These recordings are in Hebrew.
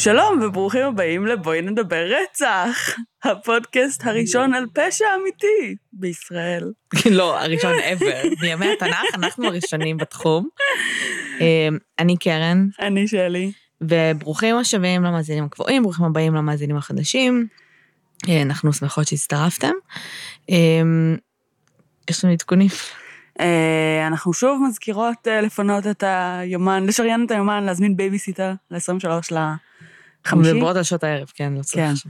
שלום וברוכים הבאים לבואי נדבר רצח, הפודקאסט הראשון על פשע אמיתי בישראל. לא, הראשון ever. מימי התנ"ך, אנחנו הראשונים בתחום. אני קרן. אני שלי. וברוכים השבים למאזינים הקבועים, ברוכים הבאים למאזינים החדשים. אנחנו שמחות שהצטרפתם. יש לנו עדכונים. אנחנו שוב מזכירות לפנות את היומן, לשריין את היומן, להזמין בייביסיטר ל-23 ל-5. וברות על שעות הערב, כן, לא צריך.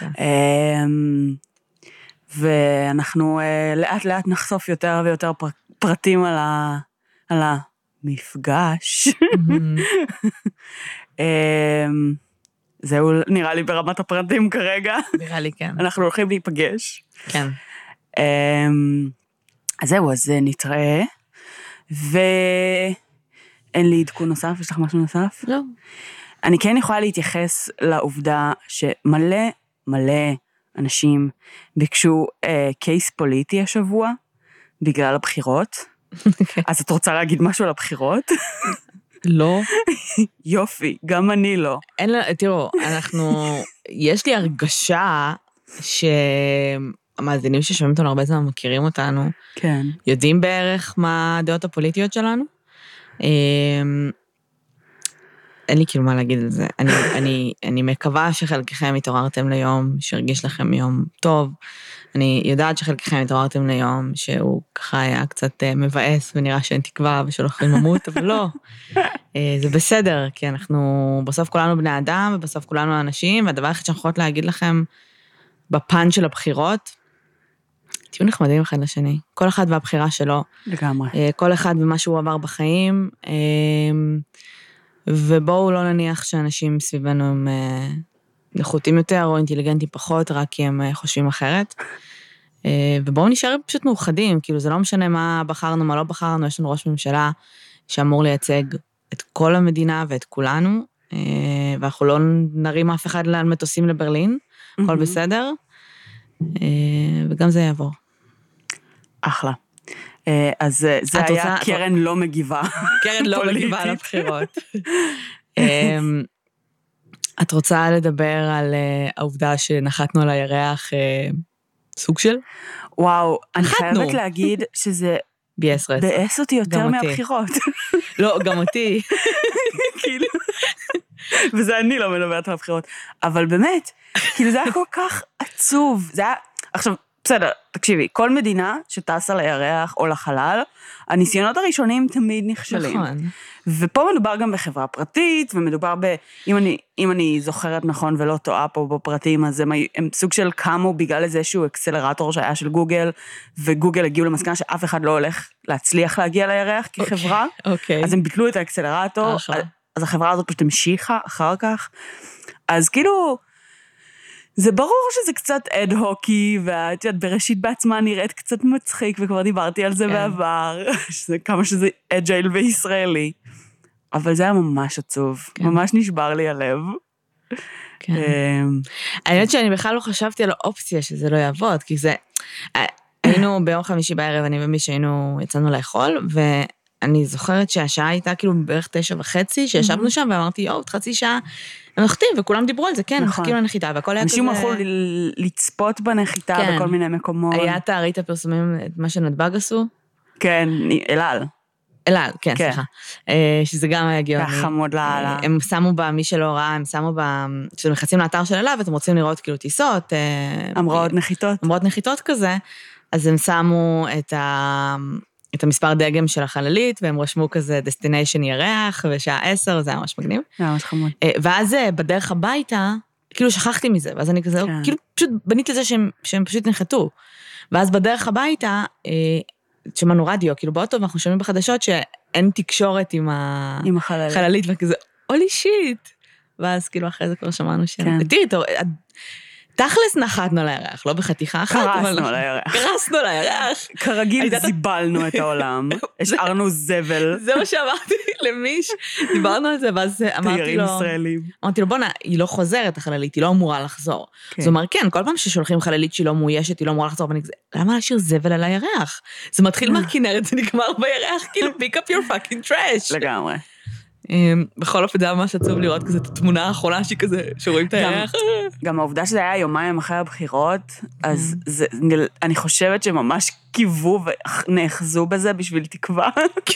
ואנחנו לאט לאט נחשוף יותר ויותר פרטים על המפגש. זהו נראה לי ברמת הפרטים כרגע. נראה לי, כן. אנחנו הולכים להיפגש. כן. אז זהו, אז נתראה, ואין לי עדכון נוסף, יש לך משהו נוסף? לא. אני כן יכולה להתייחס לעובדה שמלא אנשים ביקשו קייס פוליטי השבוע, בגלל הבחירות. אז את רוצה להגיד משהו על הבחירות? לא. יופי, גם אני לא. תראו, יש לי הרגשה המאזינים ששומעים אותנו הרבה זמן מכירים אותנו, כן. יודעים בערך מה הדעות הפוליטיות שלנו. אין לי כאילו מה להגיד על זה. אני מקווה שחלקכם התעוררתם ליום שהרגיש לכם יום טוב. אני יודעת שחלקכם התעוררתם ליום שהוא ככה היה קצת מבאס ונראה שאין תקווה ושלא יכולים למות, אבל לא. זה בסדר, כי אנחנו בסוף כולנו בני אדם ובסוף כולנו אנשים, והדבר הכי שאנחנו יכולות להגיד לכם בפן של הבחירות, תהיו נחמדים אחד לשני. כל אחד והבחירה שלו. לגמרי. כל אחד ומה שהוא עבר בחיים. ובואו לא נניח שאנשים סביבנו הם נחותים יותר או אינטליגנטים פחות, רק כי הם חושבים אחרת. ובואו נשאר פשוט מאוחדים. כאילו זה לא משנה מה בחרנו, מה לא בחרנו. יש לנו ראש ממשלה שאמור לייצג את כל המדינה ואת כולנו. ואנחנו לא נרים אף אחד למטוסים לברלין. הכל בסדר. וגם זה יעבור. אחלה. אז זה היה קרן לא מגיבה. קרן לא מגיבה על הבחירות. את רוצה לדבר על העובדה שנחתנו על הירח סוג של? וואו, אני חייבת להגיד שזה בעס אותי יותר מהבחירות. לא, גם אותי. כאילו. וזה אני לא מדברת על הבחירות. אבל באמת, כאילו זה היה כל כך עצוב. זה היה, עכשיו, בסדר, תקשיבי, כל מדינה שטסה לירח או לחלל, הניסיונות הראשונים תמיד נכשלים. נכון. ופה מדובר גם בחברה פרטית, ומדובר אם אני זוכרת נכון ולא טועה פה בפרטים, אז הם סוג של קמו בגלל איזשהו אקסלרטור שהיה של גוגל, וגוגל הגיעו למסקנה שאף אחד לא הולך להצליח להגיע לירח כחברה, אז הם ביטלו את האקסלרטור, אז החברה הזאת פשוט המשיכה אחר כך. אז כאילו, זה ברור שזה קצת אד-הוקי, ואת בראשית בעצמה נראית קצת מצחיק, וכבר דיברתי על זה בעבר, כמה שזה אג'ייל וישראלי. אבל זה היה ממש עצוב, ממש נשבר לי הלב. האמת שאני בכלל לא חשבתי על האופציה שזה לא יעבוד, כי זה, היינו ביום חמישי בערב, אני ומי שהיינו, יצאנו לאכול, ואני זוכרת שהשעה הייתה כאילו בערך 9:30, שישבנו שם, ואמרתי, עוד חצי שעה, נחתים, וכולם דיברו על זה, כן, מחכים לנחיתה, והכל היה כזה... אנשים הלכו לצפות בנחיתה בכל מיני מקומות. היה תארית הפרסומים, את מה שנדבג עשו? כן, אל-על, כן, סליחה. שזה גם היה גאוני. חמוד לאללה. הם שמו מי שלא ראה, הם שמו כשאתם נכנסים לאתר של אל-על, ואתם רוצים לראות כאילו טיסות. אמרות נחיתות כזה, אז הם שמו את המספר דגם של החללית, והם רשמו כזה destination ירח, ושעה 10, זה היה ממש מגניב. זה ממש חמוד. ואז בדרך הביתה, כאילו שכחתי מזה, ואז אני כזה, כאילו פשוט בנית לזה שהם פשוט נחתו. ואז בדרך הביתה, שמענו רדיו, כאילו באוטו, ואנחנו שומעים בחדשות שאין תקשורת עם החללית, וכזה, אולי שיט. ואז כאילו אחרי זה כבר שמענו תראי, תכלס נחתנו לירח, לא בחתיכה אחת, קרסנו לירח. כרגיל זיבלנו את העולם, השארנו זבל. זה מה שאמרתי למיש, דיברנו על זה, ואז אמרתי לו, בונה, היא לא חוזרת החללית, היא לא אמורה לחזור. זאת אומרת, כן, כל פעם ששולחים חללית שהיא לא מאוישת, היא לא אמורה לחזור, ואני כזה, למה להשאיר זבל על הירח? זה מתחיל מהכינרת, זה נגמר בירח, כאילו, pick up your fucking trash. לגמרי. בכל אופן זה היה ממש עצוב לראות כזה את התמונה האחרונה שהיא כזה, שרואים את הירח. גם העובדה שזה היה יומיים אחרי הבחירות, אז אני חושבת שממש קיוו ונאחזו בזה בשביל תקווה.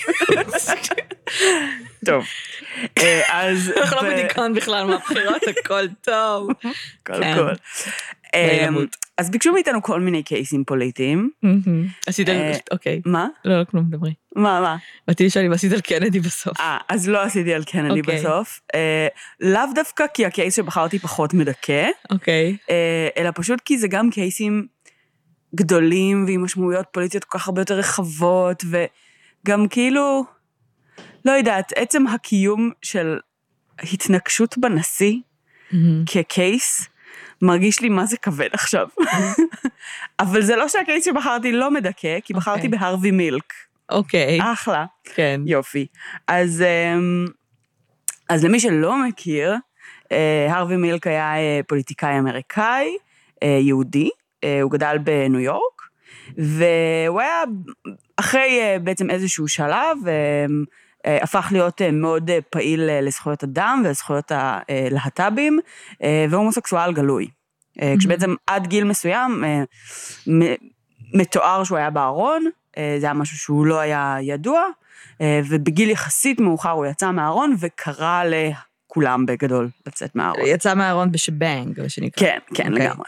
טוב. אז... אנחנו לא בדיכאון בכלל מהבחירות, הכל טוב. הכל. אז ביקשו מאיתנו כל מיני קייסים פוליטיים. עשית על... אוקיי. מה? לא, כלום, דברי. מה? באתי לשאול אם עשית על קנדי בסוף. אז לא עשיתי על קנדי בסוף. לאו דווקא כי הקייס שבחרתי פחות מדכא. אוקיי. אלא פשוט כי זה גם קייסים גדולים ועם משמעויות פוליטיות כל כך הרבה יותר רחבות, וגם כאילו, לא יודעת, עצם הקיום של התנגשות בנשיא כקייס, מרגיש לי מה זה כבד עכשיו. אבל זה לא שהקייס שבחרתי לא מדכא, כי בחרתי בהרווי מילק. אוקיי. אחלה. כן. יופי. אז למי שלא מכיר, הרווי מילק היה פוליטיקאי אמריקאי, יהודי, הוא גדל בניו יורק, והוא היה אחרי בעצם איזשהו שלב, הפך להיות מאוד פעיל לזכויות אדם ולזכויות הלהט"בים, והומוסקסואל גלוי. כשבעצם עד גיל מסוים מתואר שהוא היה בארון, זה היה משהו שהוא לא היה ידוע, ובגיל יחסית מאוחר הוא יצא מהארון וקרא לכולם בגדול לצאת מהארון. יצא מהארון בשבנג, שנקרא. כן, לגמרי.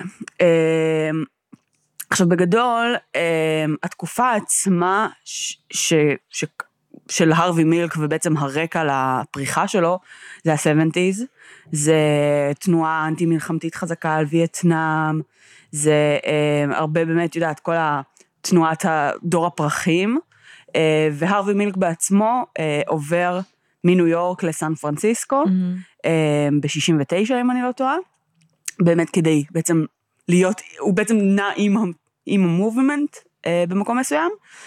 עכשיו בגדול, התקופה עצמה של הרווי מילק ובעצם הרקע לפריחה שלו, זה ה-70s, זה תנועה אנטי-מלחמתית חזקה על וייטנאם, זה הרבה באמת, יודעת, כל תנועת דור הפרחים, והרווי מילק בעצמו עובר מניו יורק לסן פרנסיסקו, ב-69 אם אני לא טועה, באמת כדי בעצם להיות, הוא בעצם נע עם המובמנט במקום מסוים,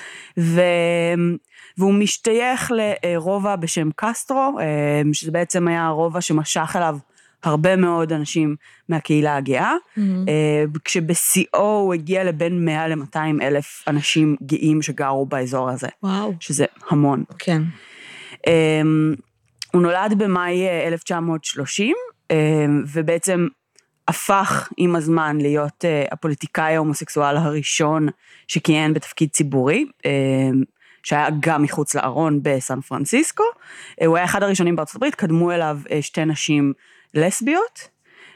והוא משתייך לרובע בשם קסטרו, שזה בעצם היה הרובע שמשך אליו הרבה מאוד אנשים מהקהילה הגאה, כשבשיאו הוא הגיע לבין 100 ל-200 אלף אנשים גאים שגרו באזור הזה. וואו. שזה המון. כן. הוא נולד במאי 1930, ובעצם הפך עם הזמן להיות הפוליטיקאי ההומוסקסואל הראשון שכיהן בתפקיד ציבורי, שהיה גם מחוץ לארון בסן פרנסיסקו. הוא היה אחד הראשונים בארצות הברית, קדמו אליו שתי נשים לסביות,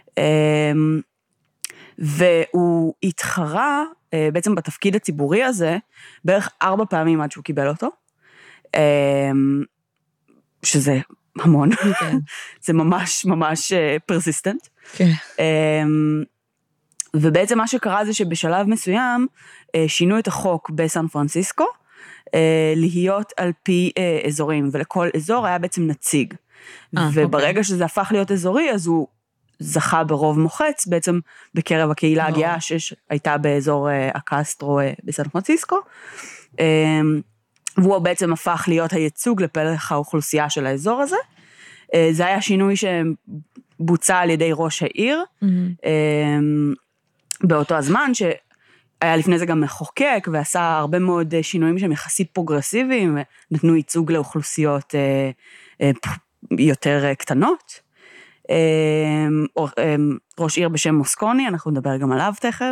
והוא התחרה בעצם בתפקיד הציבורי הזה, בערך 4 פעמים עד שהוא קיבל אותו, שזה המון, זה ממש ממש פרסיסטנט. ובעצם מה שקרה זה שבשלב מסוים, שינו את החוק בסן פרנסיסקו, להיות על פי אזורים, ולכל אזור היה בעצם נציג. וברגע שזה הפך להיות אזורי, אז הוא זכה ברוב מוחץ, בעצם בקרב הקהילה הגאה, שהייתה באזור הקסטרו בסן פרנסיסקו, והוא בעצם הפך להיות הייצוג לפלח האוכלוסייה של האזור הזה. זה היה שינוי שבוצע על ידי ראש העיר, באותו הזמן, שהיה לפני זה גם מחוקק, ועשה הרבה מאוד שינויים שהם יחסית פרוגרסיביים, נתנו ייצוג לאוכלוסיות יותר קטנות. ראש עיר בשם מוסקוני, אנחנו נדבר גם עליו תכף.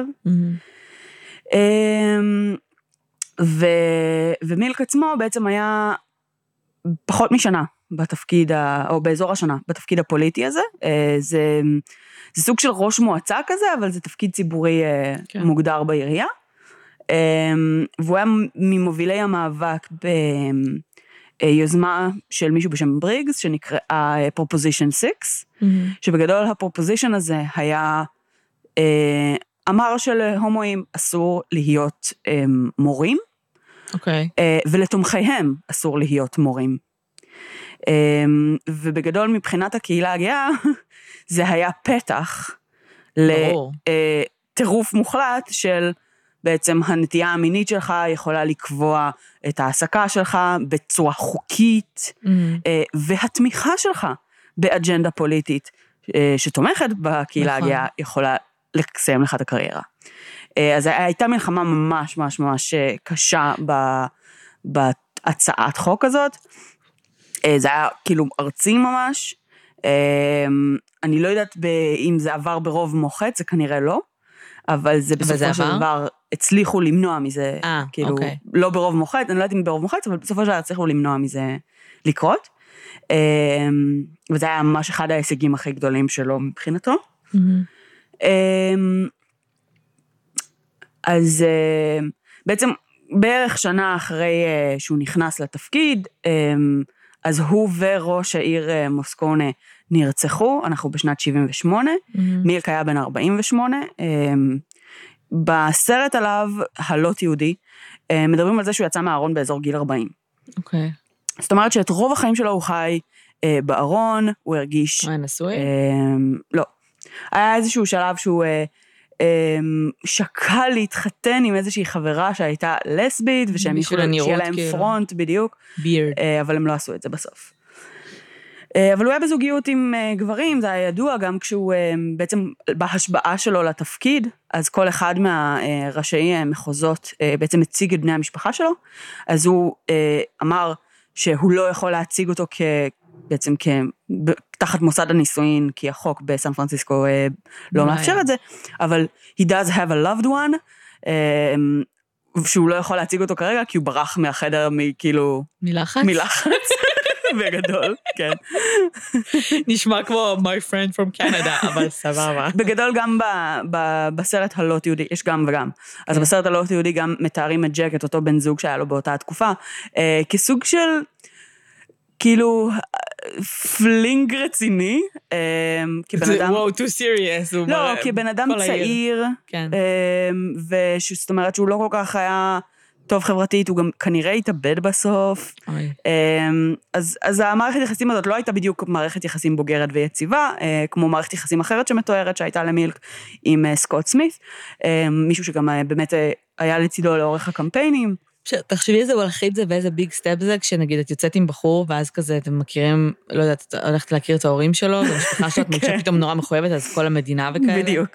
ומילק עצמו בעצם היה פחות משנה בתפקיד, או באזור השנה, בתפקיד הפוליטי הזה. זה סוג של ראש מועצה כזה, אבל זה תפקיד ציבורי מוגדר בעירייה. והוא היה ממובילי המאבק ביוזמה של מישהו בשם בריגס, שנקראה Proposition 6, שבגדול הפרופוזישן הזה היה, אמר שלהומואים אסור להיות מורים, ולתומכיהם אסור להיות מורים. ובגדול מבחינת הקהילה הגאה, זה היה פתח לטירוף מוחלט של בעצם הנטייה המינית שלך יכולה לקבוע את העסקה שלך בצורה חוקית, והתמיכה שלך באג'נדה פוליטית שתומכת בקהילה הגאה יכולה לסיים לך את הקריירה. אז הייתה מלחמה ממש ממש ממש קשה בהצעת חוק הזאת, זה היה כאילו ארצי ממש, אני לא יודעת אם זה עבר ברוב מוחץ, זה כנראה לא, אבל זה בסופו של דבר הצליחו למנוע מזה, כאילו, לא ברוב מוחץ, אני לא יודעת אם ברוב מוחץ, אבל בסופו של דבר הצליחו למנוע מזה לקרות, וזה היה ממש אחד ההישגים הכי גדולים שלו מבחינתו. אז בעצם בערך שנה אחרי שהוא נכנס לתפקיד, אז הוא וראש העיר מוסקונה נרצחו, אנחנו בשנת 78, מילק היה בן 48, בסרט עליו, הלא תיעודי, מדברים על זה שהוא יצא מהארון באזור גיל 40. אוקיי. זאת אומרת שאת רוב החיים שלו הוא חי בארון, הוא הרגיש... הוא היה נשוי? לא. היה איזשהו שלב שהוא שקל להתחתן עם איזושהי חברה שהייתה לסבית, ושהם יכולים שיהיה להם פרונט בדיוק, אבל הם לא עשו את זה בסוף. אבל הוא היה בזוגיות עם גברים, זה היה ידוע גם כשהוא בעצם בהשבעה שלו לתפקיד, אז כל אחד מהראשי מחוזות בעצם הציג את בני המשפחה שלו, אז הוא אמר שהוא לא יכול להציג אותו בעצם תחת מוסד הנישואין, כי החוק בסן פרנסיסקו לא מאפשר את זה, אבל he does have a loved one, שהוא לא יכול להציג אותו כרגע, כי הוא ברח מהחדר מכאילו... מלחץ? מלחץ, בגדול, כן. נשמע כמו my friend from Canada, אבל סבבה. בגדול גם בסרט הלא תיעודי, יש גם וגם. אז בסרט הלא תיעודי גם מתארים את ג'ק, את אותו בן זוג שהיה לו באותה התקופה, כסוג של... כאילו, פלינג רציני, כבן אדם... וואו, too serious. לא, כבן אדם צעיר, ושזאת אומרת שהוא לא כל כך היה טוב חברתית, הוא גם כנראה התאבד בסוף. אז המערכת יחסים הזאת לא הייתה בדיוק מערכת יחסים בוגרת ויציבה, כמו מערכת יחסים אחרת שמתוארת, שהייתה למילק עם סקוט סמית, מישהו שגם באמת היה לצידו לאורך הקמפיינים. תחשבי איזה מלחיץ זה ואיזה ביג סטפ זה, כשנגיד את יוצאת עם בחור, ואז כזה אתם מכירים, לא יודעת, את הולכת להכיר את ההורים שלו, והמשפחה שלו, את מרגישה פתאום נורא מחויבת, אז כל המדינה וכאלה. בדיוק.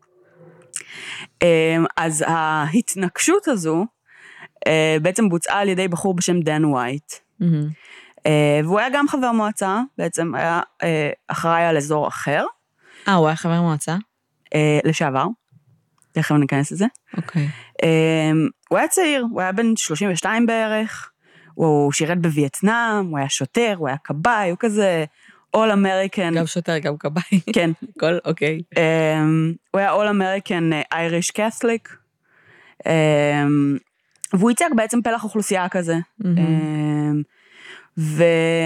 אז ההתנגשות הזו, בעצם בוצעה על ידי בחור בשם דן ווייט, והוא היה גם חבר מועצה, בעצם היה אחראי על אזור אחר. הוא היה חבר מועצה? לשעבר. תכף ניכנס לזה. אוקיי. הוא היה צעיר, הוא היה בן 32 בערך, הוא שירת בווייטנאם, הוא היה שוטר, הוא היה קבאי, הוא כזה all American. גם שוטר, גם קבאי. כן. הכל, אוקיי. הוא היה all American Irish Catholic, והוא ייצג בעצם פלח אוכלוסייה כזה. והוא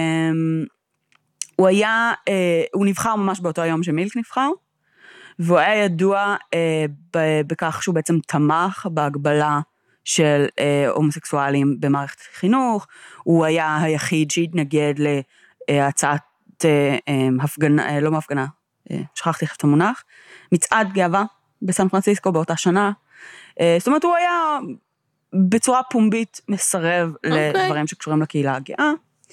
היה, הוא נבחר ממש באותו היום שמילק נבחר, והוא היה ידוע בכך שהוא בעצם תמך בהגבלה של הומוסקסואלים במערכת חינוך, הוא היה היחיד שהתנגד להצעת הפגנה, לא מהפגנה, שכחתי את המונח, מצעד גאווה בסן פרנסיסקו באותה שנה, זאת אומרת הוא היה בצורה פומבית מסרב לדברים שקשורים לקהילה הגאה,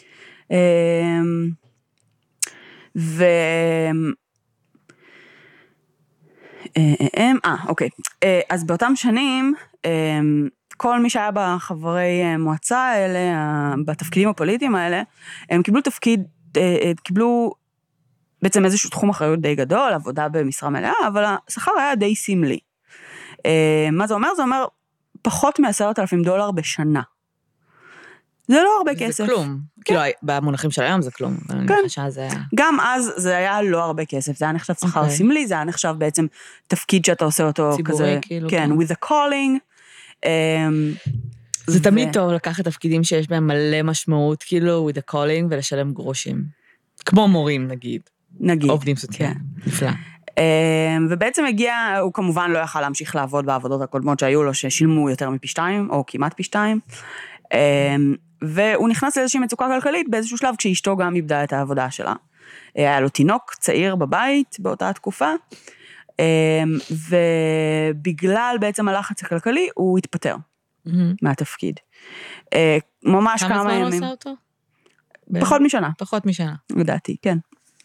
אוקיי. אז באותם שנים, כל מי שהיה בחברי מועצה האלה, בתפקידים הפוליטיים האלה, הם קיבלו תפקיד, קיבלו בעצם איזשהו תחום אחריות די גדול, עבודה במשרה מלאה, אבל השכר היה די סמלי. מה זה אומר? זה אומר פחות $10,000 בשנה. זה לא הרבה כסף. זה כלום. כאילו, במונחים של היום זה כלום. כן. גם אז זה היה לא הרבה כסף. זה היה נחשב שכר סמלי, זה היה נחשב בעצם תפקיד שאתה עושה אותו כזה. ציבורי, כאילו. כן, with a calling. זה תמיד טוב לקחת תפקידים שיש בהם מלא משמעות, כאילו, with a calling, ולשלם גרושים. כמו מורים, נגיד. עובדים סוציאליים. נפלא. ובעצם הגיע, הוא כמובן לא יכל להמשיך לעבוד בעבודות הקודמות שהיו לו, ששילמו יותר מפי 2, או כמעט פי 2. והוא נכנס לאיזושהי מצוקה כלכלית באיזשהו שלב, כשאשתו גם איבדה את העבודה שלה. היה לו תינוק צעיר בבית באותה התקופה, ובגלל בעצם הלחץ הכלכלי, הוא התפטר מהתפקיד. ממש כמה ימים. כמה זמן הוא עשה אותו? פחות משנה. פחות משנה. לדעתי, כן.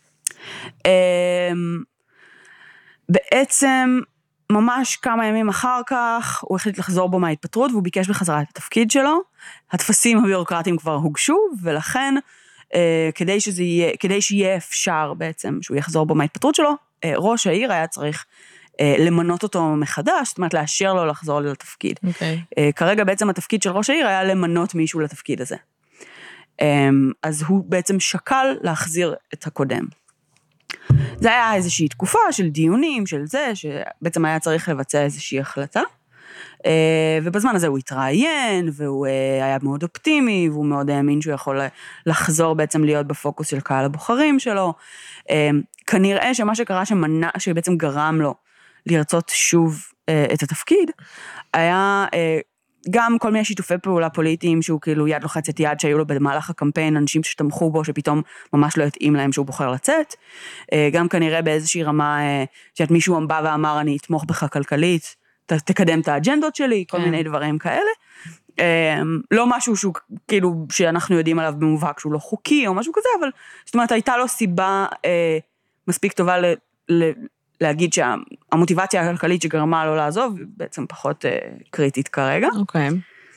בעצם, ממש כמה ימים אחר כך, הוא החליט לחזור בו מההתפטרות, והוא ביקש בחזרה את התפקיד שלו. התפסים הביורוקרטיים כבר הוגשו, ולכן כדי שיהיה אפשר בעצם, שהוא יחזור בו מההתפטרות שלו, ראש העיר היה צריך למנות אותו מחדש, זאת אומרת, לאשר לו לחזור לתפקיד. כרגע בעצם התפקיד של ראש העיר היה למנות מישהו לתפקיד הזה. אז הוא בעצם שקל להחזיר את הקודם. זה היה איזושהי תקופה של דיונים, של זה, שבעצם היה צריך לבצע איזושהי החלטה, ובזמן הזה הוא התראיין, והוא היה מאוד אופטימי, והוא מאוד האמין שהוא יכול לחזור בעצם להיות בפוקוס של קהל הבוחרים שלו. כנראה שמה שקרה שבעצם גרם לו לרצות שוב את התפקיד, היה גם כל מיני שיתופי פעולה פוליטיים, שהוא כאילו יד לוחצת יד שהיו לו במהלך הקמפיין, אנשים שתמכו בו, שפתאום ממש לא יתאים להם שהוא בוחר לצאת, גם כנראה באיזושהי רמה, שאת מישהו בא ואמר, אני אתמוך בך כלכלית, תקדם את האג'נדות שלי, כל מיני דברים כאלה, לא משהו שהוא כאילו, שאנחנו יודעים עליו במובהק, שהוא לא חוקי או משהו כזה, אבל זאת אומרת, הייתה לו סיבה מספיק טובה להגיד שהמוטיבציה הכלכלית שגרמה לו לעזוב, בעצם פחות קריטית כרגע. אוקיי.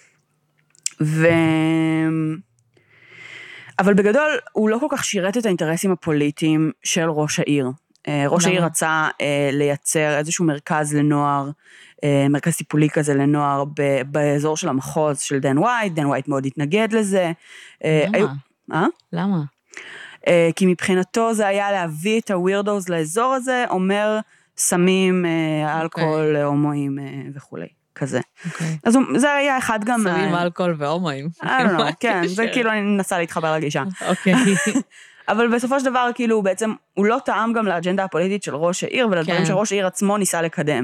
אבל בגדול, הוא לא כל כך שירת את האינטרסים הפוליטיים של ראש העיר. ראש העיר רצה לייצר איזשהו מרכז לנוער, מרכז טיפולי כזה לנוער, באזור של המחוז של דן ווייט, דן ווייט מאוד התנגד לזה. למה? למה? כי מבחינתו זה היה להביא את הווירדוז לאזור הזה, אומר סמים, אלכוהול, הומואים וכו'. כזה. אז זה היה אחד גם... סמים, אלכוהול והומואים. כן, זה כאילו אני מנסה להתחבר לגישה. אוקיי. אבל בסופו של דבר, כאילו, בעצם, הוא לא טעם גם לאג'נדה הפוליטית של ראש העיר, ולדברים שראש העיר עצמו ניסה לקדם.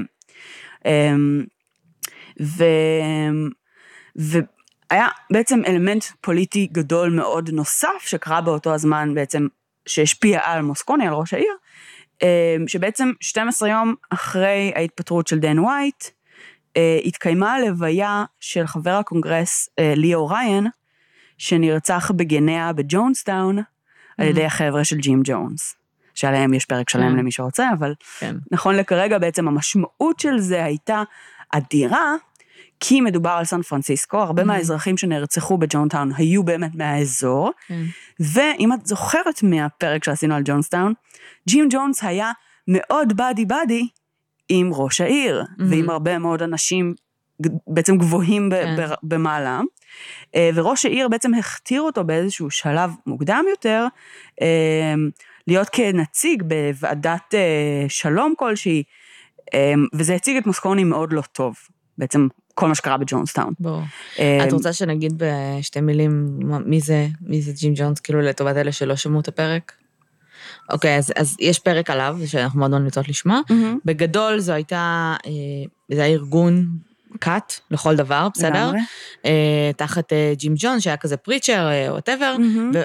והיה בעצם אלמנט פוליטי גדול מאוד נוסף, שקרה באותו הזמן בעצם, שהשפיע על מוסקוני, על ראש העיר, שבעצם 12 יום אחרי ההתפטרות של דן ווייט, התקיימה הלוויה של חבר הקונגרס ליאו ריין, שנרצח בגניה בג'ונסטאון, על ידי החבר'ה של ג'ים ג'ונס, שעליהם יש פרק שלם למי שרוצה, אבל נכון לכרגע בעצם המשמעות של זה הייתה אדירה, כי מדובר על סן פרנסיסקו, הרבה מהאזרחים שנרצחו בג'ונסטאון היו באמת מהאזור, ואם את זוכרת מהפרק שעשינו על ג'ונסטאון, ג'ים ג'ונס היה מאוד בדי עם ראש העיר, ועם הרבה מאוד אנשים בעצם גבוהים במעלה, וראש העיר בעצם הכתיר אותו באיזשהו שלב מוקדם יותר, להיות כנציג בוועדת שלום כלשהי, וזה הציג את מוסקוני מאוד לא טוב, בעצם כל מה שקרה בג'ונסטאון. ברור. את רוצה שנגיד בשתי מילים, מי זה ג'ים ג'ונס, כאילו לטובת אלה שלא שמעו את הפרק? אוקיי, אז יש פרק עליו, שאנחנו מאוד נרצות לשמוע. בגדול זה היה ארגון קאט לכל דבר, בסדר? תחת ג'ים ג'ונס, שהיה כזה פריצ'ר, whatever,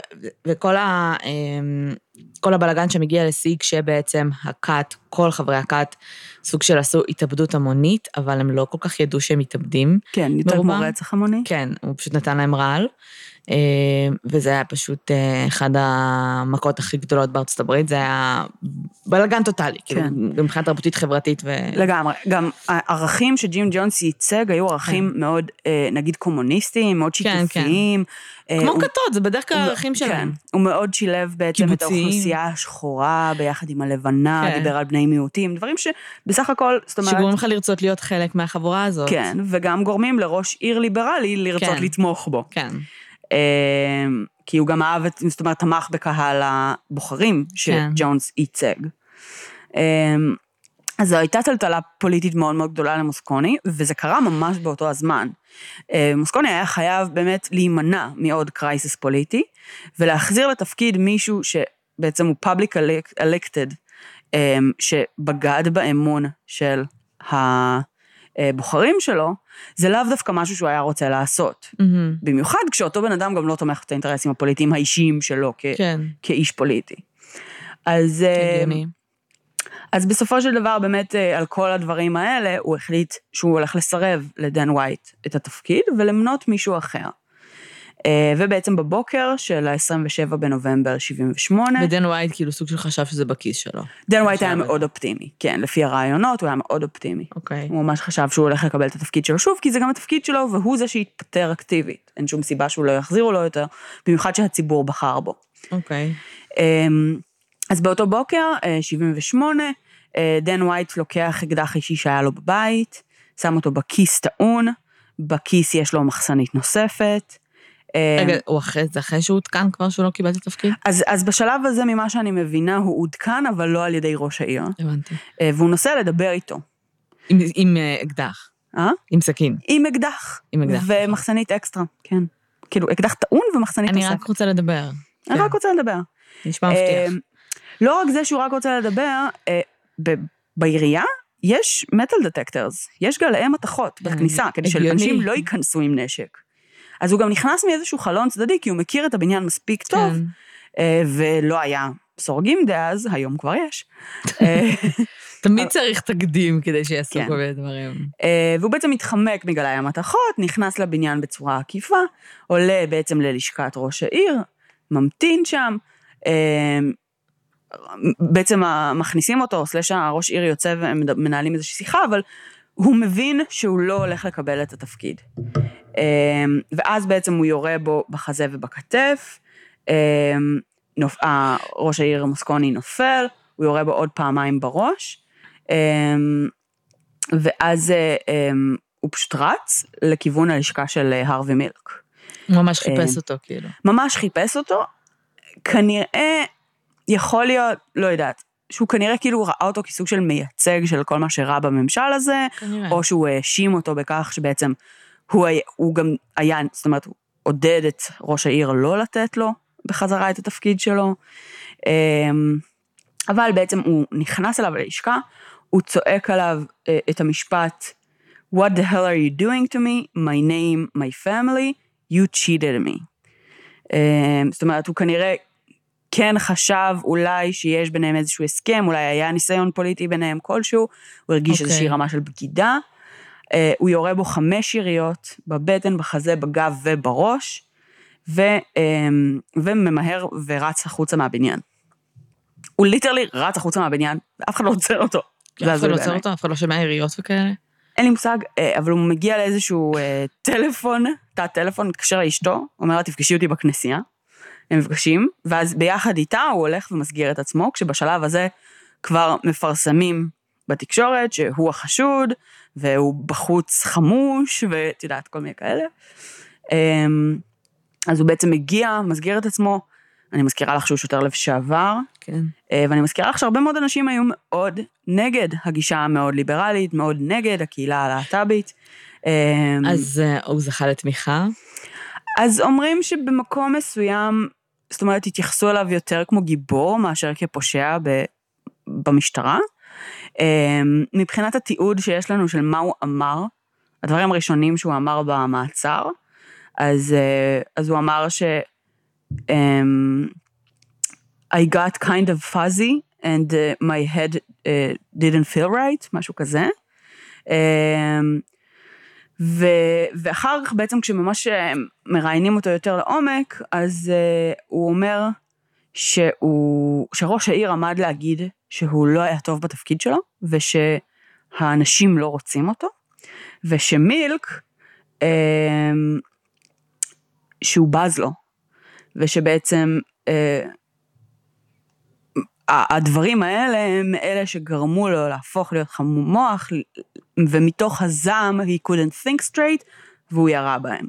וכל הבלגן שמגיע לסיג, שבעצם הקאט, כל חברי הקאט, סוג של עשו התאבדות המונית, אבל הם לא כל כך ידעו שהם מתאבדים. כן, יותר כמו רצח המוני. כן, הוא פשוט נתן להם רעל, וזה היה פשוט אחד המכות הכי גדולות בארצות הברית, זה היה בלגן טוטלי, כאילו, גם מבחינת תרבותית חברתית. לגמרי, גם הערכים שג'ים ג'ונס ייצג, היו ערכים מאוד, נגיד קומוניסטיים, מאוד שיתופיים. כמו כתות, זה בדרך כלל הערכים שלהם. הוא מאוד שילב בעצם את האוכלוסייה השחורה, ביחד עם הלבנה, דיבר על בני מיעוטים, דברים שבסך הכל, זאת אומרת... שגורמים לך לרצות להיות חלק מהחבורה הזאת. כן, וגם גורמים לראש עיר ליברלי לרצות לתמוך בו. כן. כי הוא גם אהב, זאת אומרת, תמך בקהל הבוחרים שג'ונס ייצג. אז זו הייתה טלטלה פוליטית מאוד מאוד גדולה למוסקוני, וזה קרה ממש באותו הזמן. מוסקוני היה חייב באמת להימנע מעוד קרייסיס פוליטי, ולהחזיר לתפקיד מישהו שבעצם הוא public elected, שבגד באמון של הבוחרים שלו, זה לאו דווקא משהו שהוא היה רוצה לעשות. במיוחד כשאותו בן אדם גם לא תומך את האינטרסים הפוליטיים האישיים שלו כאיש פוליטי. אז בסופו של דבר באמת על כל הדברים האלה הוא החליט שהוא הולך לסרב לדן ווייט את התפקיד ולמנות מישהו אחר. ובעצם בבוקר של ה-27 בנובמבר 78. ודן ווייט כאילו סוג של חשב שזה בכיס שלו. דן ווייט היה מאוד אופטימי, כן, לפי הרעיונות הוא היה מאוד אופטימי. אוקיי. הוא ממש חשב שהוא הולך לקבל את התפקיד שלו שוב, כי זה גם התפקיד שלו, והוא זה שהתפטר אקטיבית. אין שום סיבה שהוא לא יחזירו לו יותר, במיוחד שהציבור בחר בו. אוקיי. אז באותו בוקר, 78, דן ווייט לוקח אקדח אישי שהיה לו בבית, שם אותו בכיס טעון, בכיס יש לו מחסנית נוספת. רגע, זה אחרי שהוא עודכן כבר שהוא לא קיבל את התפקיד? אז בשלב הזה, ממה שאני מבינה, הוא עודכן, אבל לא על ידי ראש העיר. הבנתי. והוא נוסע לדבר איתו. עם אקדח? עם סכין? עם אקדח. ומחסנית אקסטרה, כן. כאילו, אקדח טעון ומחסנית נוספת. אני רק רוצה לדבר. אני רק רוצה לדבר. נשמע מבטיח. לא רק זה שהוא רק רוצה לדבר, בעירייה יש מטל דטקטורס, יש גלאי מתכות בכניסה, כדי שאנשים לא ייכנסו עם נשק. אז הוא גם נכנס מאיזשהו חלון צדדי, כי הוא מכיר את הבניין מספיק טוב, ולא היה סורגים דאז, היום כבר יש. תמיד צריך תקדים כדי שיעשו כל מיני דברים. והוא בעצם מתחמק מגלאי המתכות, נכנס לבניין בצורה עקיפה, עולה בעצם ללשכת ראש העיר, ממתין שם, בעצם מכניסים אותו, סלש הראש עיר יוצא ומנהלים איזושהי שיחה, אבל הוא מבין שהוא לא הולך לקבל את התפקיד. ואז בעצם הוא יורה בו בחזה ובכתף, ראש העיר מוסקוני נופל, הוא יורה בו עוד פעמיים בראש, ואז הוא פשוט רץ לכיוון הלשכה של הרווי מילק. ממש חיפש אותו, כאילו. ממש חיפש אותו, כנראה, יכול להיות, לא יודעת, שהוא כנראה כאילו ראה אותו כסוג של מייצג של כל מה שרע בממשל הזה, כנראה. או שהוא האשים אותו בכך שבעצם הוא גם היה, זאת אומרת, הוא עודד את ראש העיר לא לתת לו בחזרה את התפקיד שלו, אבל בעצם הוא נכנס אליו ללשכה, הוא צועק עליו את המשפט, What the hell are you doing to me? My name, my family, you cheated me. זאת אומרת, הוא כנראה כן חשב אולי שיש ביניהם איזשהו הסכם, אולי היה ניסיון פוליטי ביניהם כלשהו, הוא הרגיש איזושהי רמה של בגידה, הוא יורה בו 5 יריות, בבטן, בחזה, בגב ובראש, וממהר ורץ החוצה מהבניין. הוא ליטרלי רץ החוצה מהבניין, ואף אחד לא עוצר אותו. אף אחד לא עוצר אותו? אף אחד לא שמע יריות וכאלה? אין לי מושג, אבל הוא מגיע לאיזשהו טלפון, תא טלפון, מתקשר לאשתו, אומר לה, תפגשי אותי בכנסייה, הם מפגשים, ואז ביחד איתה הוא הולך ומסגיר את עצמו, כשבשלב הזה כבר מפרסמים בתקשורת שהוא החשוד, והוא בחוץ חמוש, ואת יודעת, כל מיני כאלה. אז הוא בעצם מגיע, מסגיר את עצמו, אני מזכירה לך שהוא שוטר לשעבר, כן. ואני מזכירה לך שהרבה מאוד אנשים היו מאוד נגד הגישה המאוד ליברלית, מאוד נגד הקהילה הלהט"בית. אז הוא זכה לתמיכה? אז אומרים שבמקום מסוים, זאת אומרת, התייחסו אליו יותר כמו גיבור, מאשר כפושע במשטרה. מבחינת התיעוד שיש לנו של מה הוא אמר, הדברים הראשונים שהוא אמר במעצר, אז הוא אמר ש... I got kind of fuzzy and my head didn't feel right, משהו כזה. ואחר כך בעצם כשממש מראיינים אותו יותר לעומק, אז הוא אומר שראש העיר עמד להגיד שהוא לא היה טוב בתפקיד שלו, ושהאנשים לא רוצים אותו, ושמילק, שהוא בז לו, ושבעצם הדברים האלה הם אלה שגרמו לו להפוך להיות חמום מוח, ומתוך הזעם he couldn't think straight, והוא ירה בהם.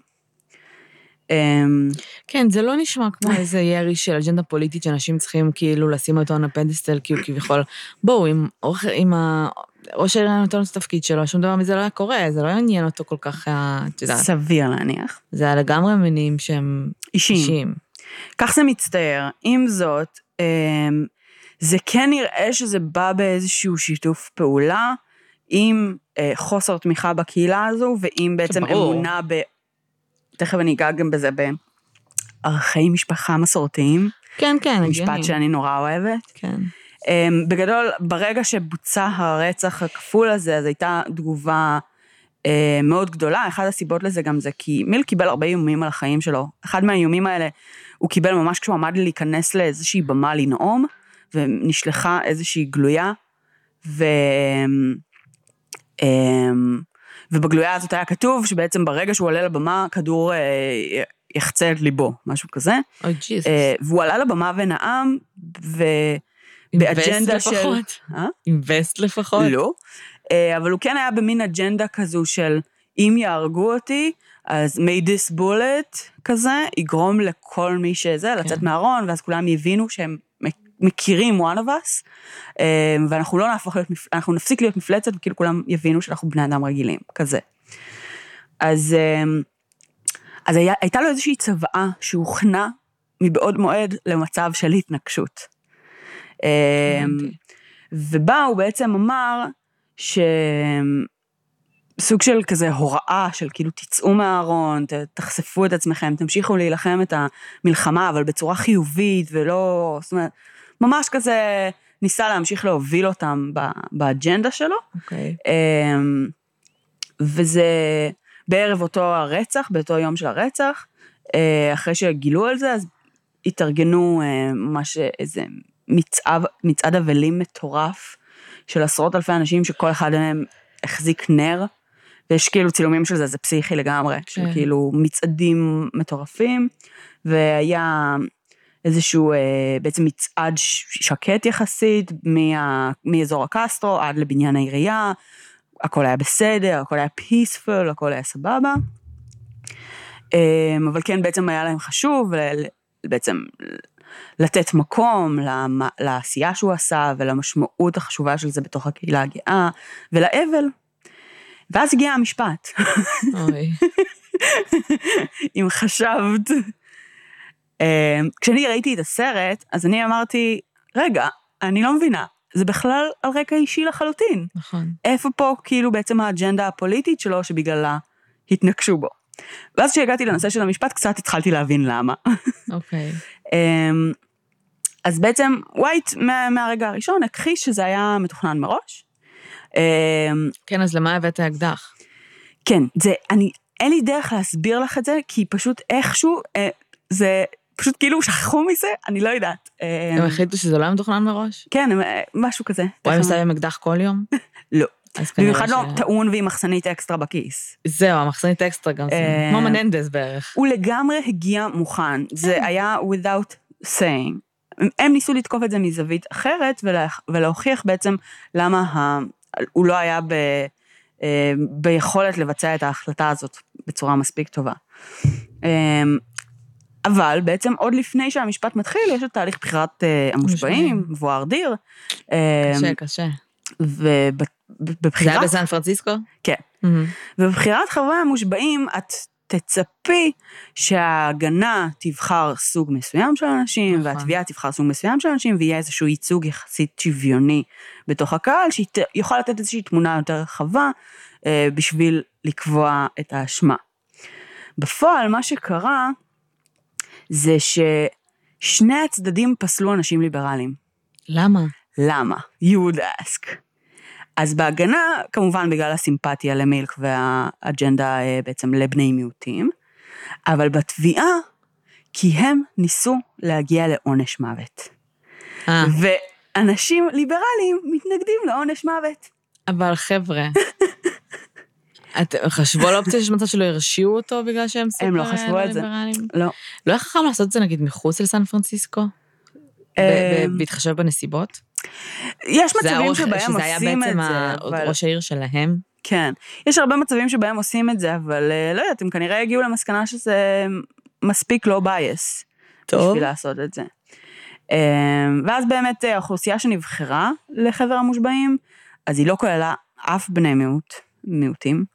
כן, זה לא נשמע כמו איזה ירי של אג'נדה פוליטית, שאנשים צריכים כאילו לשים אותו על הפדסטל, כי הוא כביכול, בואו, אם ראש העיר נותן את התפקיד שלו, שום דבר מזה לא היה קורה, זה לא יעניין אותו כל כך, את יודעת. סביר להניח. זה היה לגמרי מינים שהם אישיים. כך זה מצטער. עם זאת, זה כן נראה שזה בא באיזשהו שיתוף פעולה, עם חוסר תמיכה בקהילה הזו, ועם בעצם אמונה תכף אני אגע גם בזה, בערכי משפחה מסורתיים. כן, כן. משפט שאני נורא אוהבת. כן. בגדול, ברגע שבוצע הרצח הכפול הזה, אז הייתה תגובה מאוד גדולה. אחת הסיבות לזה גם זה, כי מיל קיבל הרבה איומים על החיים שלו. אחד מהאיומים האלה, הוא קיבל ממש כשהוא עמד להיכנס לאיזושהי במה לנאום, ונשלחה איזושהי גלויה, ובגלויה הזאת היה כתוב שבעצם ברגע שהוא עולה לבמה, כדור יחצה את ליבו, משהו כזה. אוי, ג'יזוס. והוא עלה לבמה ונאם, באג'נדה של... עם וסט לפחות? לא. אבל הוא כן היה במין אג'נדה כזו של, אם יהרגו אותי, אז may this bullet כזה, יגרום לכל מי שזה, לצאת מהארון, ואז כולם יבינו שהם מכירים one of us, ואנחנו לא נהפוך להיות, אנחנו נפסיק להיות מפלצת, וכאילו כולם יבינו שאנחנו בני אדם רגילים, כזה. אז הייתה לו איזושהי צוואה, שהוכנה מבעוד מועד למצב של התנגשות. ובה הוא בעצם אמר, סוג של כזה הוראה של כאילו תצאו מהארון, תחשפו את עצמכם, תמשיכו להילחם את המלחמה, אבל בצורה חיובית ולא, זאת אומרת, ממש כזה ניסה להמשיך להוביל אותם באג'נדה שלו. אוקיי. וזה בערב אותו הרצח, באותו יום של הרצח, אחרי שגילו על זה, אז התארגנו ממש איזה מצעד אבלים מטורף, של עשרות אלפי אנשים שכל אחד מהם החזיק נר, ויש כאילו צילומים של זה, זה פסיכי לגמרי, של כאילו מצעדים מטורפים, והיה איזשהו בעצם מצעד שקט יחסית, מאזור הקסטרו עד לבניין העירייה, הכל היה בסדר, הכל היה peaceful, הכל היה סבבה, אבל כן בעצם היה להם חשוב, בעצם לתת מקום לעשייה שהוא עשה, ולמשמעות החשובה של זה בתוך הקהילה הגאה, ולאבל. ואז הגיע המשפט. אוי. אם חשבת. כשאני ראיתי את הסרט, אז אני אמרתי, רגע, אני לא מבינה, זה בכלל על רקע אישי לחלוטין. נכון. איפה פה כאילו בעצם האג'נדה הפוליטית שלו, שבגללה התנגשו בו. ואז כשהגעתי לנושא של המשפט, קצת התחלתי להבין למה. אוקיי. אז בעצם ווייט מהרגע הראשון הכחיש שזה היה מתוכנן מראש. כן, אז למה הבאת האקדח? כן, אין לי דרך להסביר לך את זה, כי פשוט איכשהו, זה פשוט כאילו שכחו מזה, אני לא יודעת. הם החליטו שזה לא היה מתוכנן מראש? כן, משהו כזה. הוא היה מסתובב עם אקדח כל יום? לא. במיוחד לא טעון ועם מחסנית אקסטרה בכיס. זהו, המחסנית אקסטרה גם זה. כמו מננדס בערך. הוא לגמרי הגיע מוכן. זה היה without saying. הם ניסו לתקוף את זה מזווית אחרת, ולהוכיח בעצם למה הוא לא היה ביכולת לבצע את ההחלטה הזאת בצורה מספיק טובה. אבל בעצם עוד לפני שהמשפט מתחיל, יש את תהליך בחירת המושבעים, מבואר דיר. קשה. ובבחירת... זה היה בסן פרנסיסקו? כן. ובבחירת חברי המושבעים, את תצפי שההגנה תבחר סוג מסוים של אנשים, והתביעה תבחר סוג מסוים של אנשים, ויהיה איזשהו ייצוג יחסית שוויוני בתוך הקהל, שיכול לתת איזושהי תמונה יותר רחבה, בשביל לקבוע את האשמה. בפועל, מה שקרה, זה ששני הצדדים פסלו אנשים ליברליים. למה? למה? You would ask. אז בהגנה, כמובן בגלל הסימפתיה למילק והאג'נדה בעצם לבני מיעוטים, אבל בתביעה, כי הם ניסו להגיע לעונש מוות. ואנשים ליברליים מתנגדים לעונש מוות. אבל חבר'ה, חשבו על אופציה שיש מצב שלא הרשיעו אותו בגלל שהם סופר ליברליים? הם לא חשבו על זה. לא. לא היה חכם לעשות את זה נגיד מחוץ לסן פרנסיסקו? בהתחשב בנסיבות? יש מצבים שבהם עושים את זה. שזה היה בעצם ראש העיר שלהם? כן. יש הרבה מצבים שבהם עושים את זה, אבל לא יודעת, הם כנראה הגיעו למסקנה שזה מספיק לא בייס. טוב. בשביל לעשות את זה. ואז באמת האוכלוסייה שנבחרה לחבר המושבעים, אז היא לא כללה אף בני מיעוטים.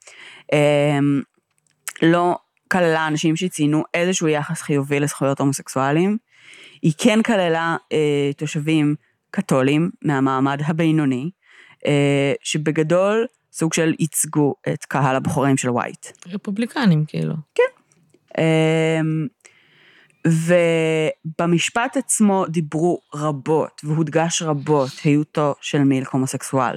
לא כללה אנשים שציינו איזשהו יחס חיובי לזכויות הומוסקסואליים. היא כן כללה תושבים קתולים מהמעמד הבינוני, שבגדול סוג של ייצגו את קהל הבוחרים של ווייט. רפובליקנים כאילו. כן. ובמשפט עצמו דיברו רבות, והודגש רבות היותו של מילק הומוסקסואל.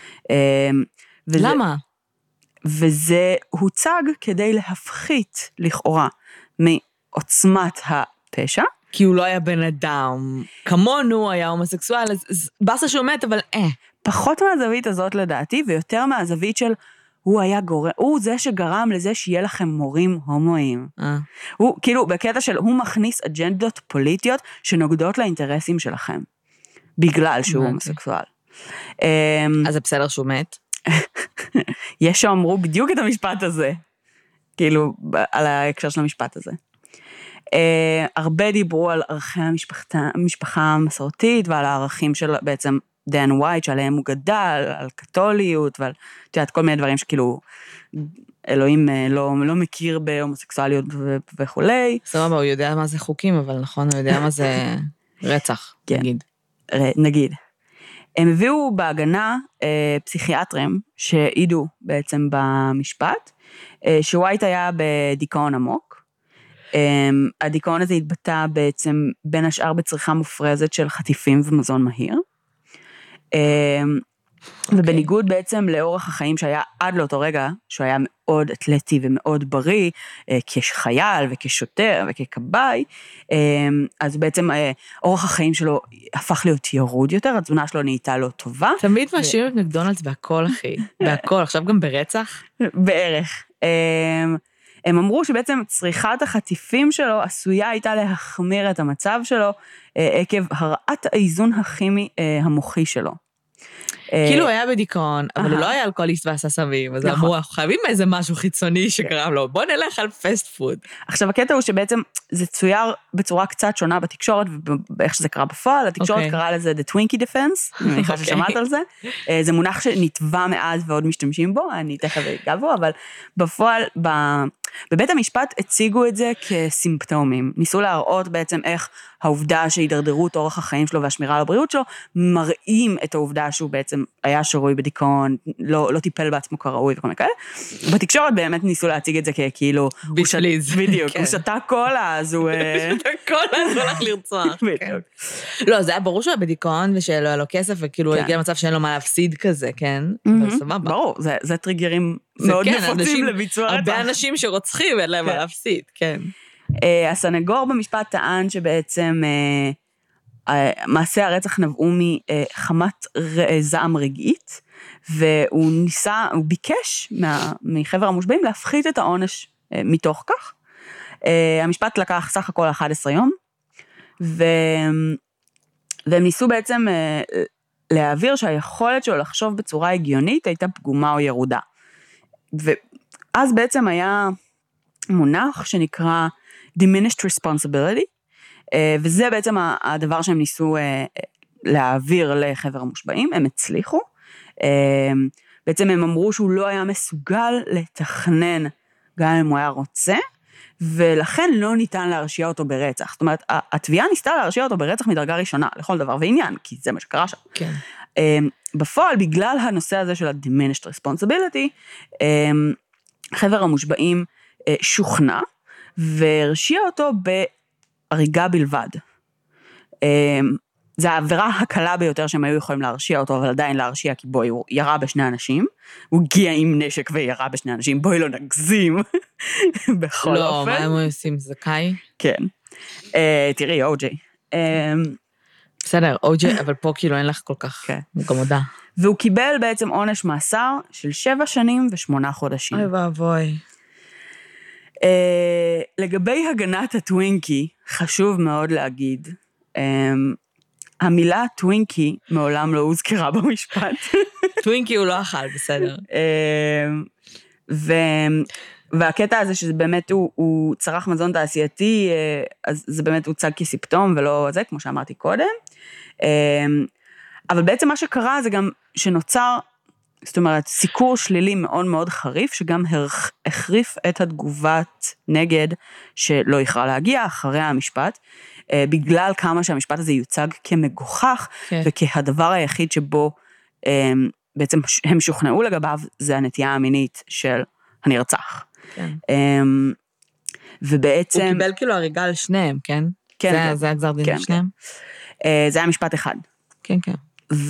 למה? וזה הוצג כדי להפחית לכאורה מעוצמת הפשע. כי הוא לא היה בן אדם. כמונו היה הומוסקסואל, אז בסה שהוא מת, אבל פחות מהזווית הזאת לדעתי, ויותר מהזווית של הוא זה שגרם לזה שיהיה לכם מורים הומואים. הוא, כאילו, בקטע של, הוא מכניס אג'נדות פוליטיות שנוגדות לאינטרסים שלכם, בגלל שהוא הומוסקסואל. אז זה בסדר שהוא מת? יש שאמרו בדיוק את המשפט הזה, כאילו, על ההקשר של המשפט הזה. הרבה דיברו על ערכי המשפחה המסורתית, ועל הערכים של בעצם דן ווייט, שעליהם הוא גדל, על קתוליות, ועל, תיודעת, כל מיני דברים שכאילו, אלוהים לא מכיר בהומוסקסואליות וכולי. סבבה, הוא יודע מה זה חוקים, אבל נכון, הוא יודע מה זה רצח, נגיד. נגיד. הם הביאו בהגנה פסיכיאטרים שהעידו בעצם במשפט, שווייט היה בדיכאון עמוק. הדיכאון הזה התבטא בעצם בין השאר בצריכה מופרזת של חטיפים ומזון מהיר. ובניגוד בעצם לאורך החיים שהיה עד לאותו רגע, שהוא היה מאוד אתלטי ומאוד בריא, כשחייל וכשוטר וככבאי, אז בעצם אורך החיים שלו הפך להיות ירוד יותר, התזונה שלו נהייתה לא טובה. תמיד מאשים את מקדונלדס בהכל, אחי. בהכל, עכשיו גם ברצח? בערך. הם אמרו שבעצם צריכת החטיפים שלו עשויה הייתה להחמיר את המצב שלו, עקב הרעת האיזון הכימי המוחי שלו. כאילו הוא היה בדיכאון, אבל הוא לא היה אלכוהוליסט ועשה סמים, אז אמרו, אנחנו חייבים איזה משהו חיצוני שקרם לו, בוא נלך על פסט פוד. עכשיו, הקטע הוא שבעצם זה צויר בצורה קצת שונה בתקשורת, ואיך שזה קרה בפועל, התקשורת קראה לזה The Twinkie Defense, אני מניחה ששמעת על זה, זה מונח שנטבע מאז ועוד משתמשים בו, אני תכף אגע בו, אבל בפועל, בבית המשפט הציגו את זה כסימפטומים, ניסו להראות בעצם איך העובדה שהידרדרות אורח החיים שלו והשמירה על הבריאות שלו, מראים את העובדה שהוא בעצם היה שרוי בדיכאון, לא טיפל בעצמו כראוי וכל מיני כאלה. בתקשורת באמת ניסו להציג את זה כאילו, בדיוק, הוא שתה קולה, אז הוא... שתה קולה, אז הוא הולך לרצוח. לא, זה היה ברור שהוא היה בדיכאון, ושלא היה לו כסף, וכאילו הוא הגיע למצב שאין לו מה להפסיד כזה, כן? ברור, זה טריגרים מאוד נפוצים לביצוע רצח. הרבה אנשים שרוצחים, אין להם מה להפסיד, כן. הסנגור במשפט טען שבעצם מעשי הרצח נבעו מחמת זעם רגעית, והוא ביקש מחבר המושבעים להפחית את העונש מתוך כך. המשפט לקח סך הכל 11 יום, והם ניסו בעצם להעביר שהיכולת שלו לחשוב בצורה הגיונית הייתה פגומה או ירודה. ואז בעצם היה מונח שנקרא diminished responsibility, וזה בעצם הדבר שהם ניסו להעביר לחבר המושבעים, הם הצליחו, בעצם הם אמרו שהוא לא היה מסוגל לתכנן גם אם הוא היה רוצה, ולכן לא ניתן להרשיע אותו ברצח. זאת אומרת, התביעה ניסתה להרשיע אותו ברצח מדרגה ראשונה, לכל דבר ועניין, כי זה מה שקרה שם. כן. בפועל, בגלל הנושא הזה של ה-diminished responsibility, חבר המושבעים שוכנע, והרשיע אותו בהריגה בלבד. זה העבירה הקלה ביותר שהם היו יכולים להרשיע אותו, אבל עדיין להרשיע, כי בואי, הוא ירה בשני אנשים, הוא הגיע עם נשק וירה בשני אנשים, בואי לא נגזים, בכל אופן. לא, מה הם עושים, זכאי? כן. תראי, אוג'יי. בסדר, אוג'יי, אבל פה כאילו אין לך כל כך, הוא גם הודע. והוא קיבל בעצם עונש מאסר של 7 שנים ו8 חודשים. אוי ואבוי. לגבי הגנת הטווינקי, חשוב מאוד להגיד, המילה טווינקי מעולם לא הוזכרה במשפט. טווינקי הוא לא אכל, בסדר. והקטע הזה שזה באמת הוא צרך מזון תעשייתי, אז זה באמת הוצג כסיפטום ולא זה, כמו שאמרתי קודם. אבל בעצם מה שקרה זה גם שנוצר, זאת אומרת, סיקור שלילי מאוד מאוד חריף, שגם החריף את התגובת נגד שלא יכרה להגיע אחרי המשפט, בגלל כמה שהמשפט הזה יוצג כמגוחך, וכהדבר היחיד שבו בעצם הם שוכנעו לגביו, זה הנטייה המינית של הנרצח. ובעצם... הוא קיבל כאילו הריגה על שניהם, כן? כן. זה הגזר דין על שניהם? זה היה משפט אחד. כן, כן.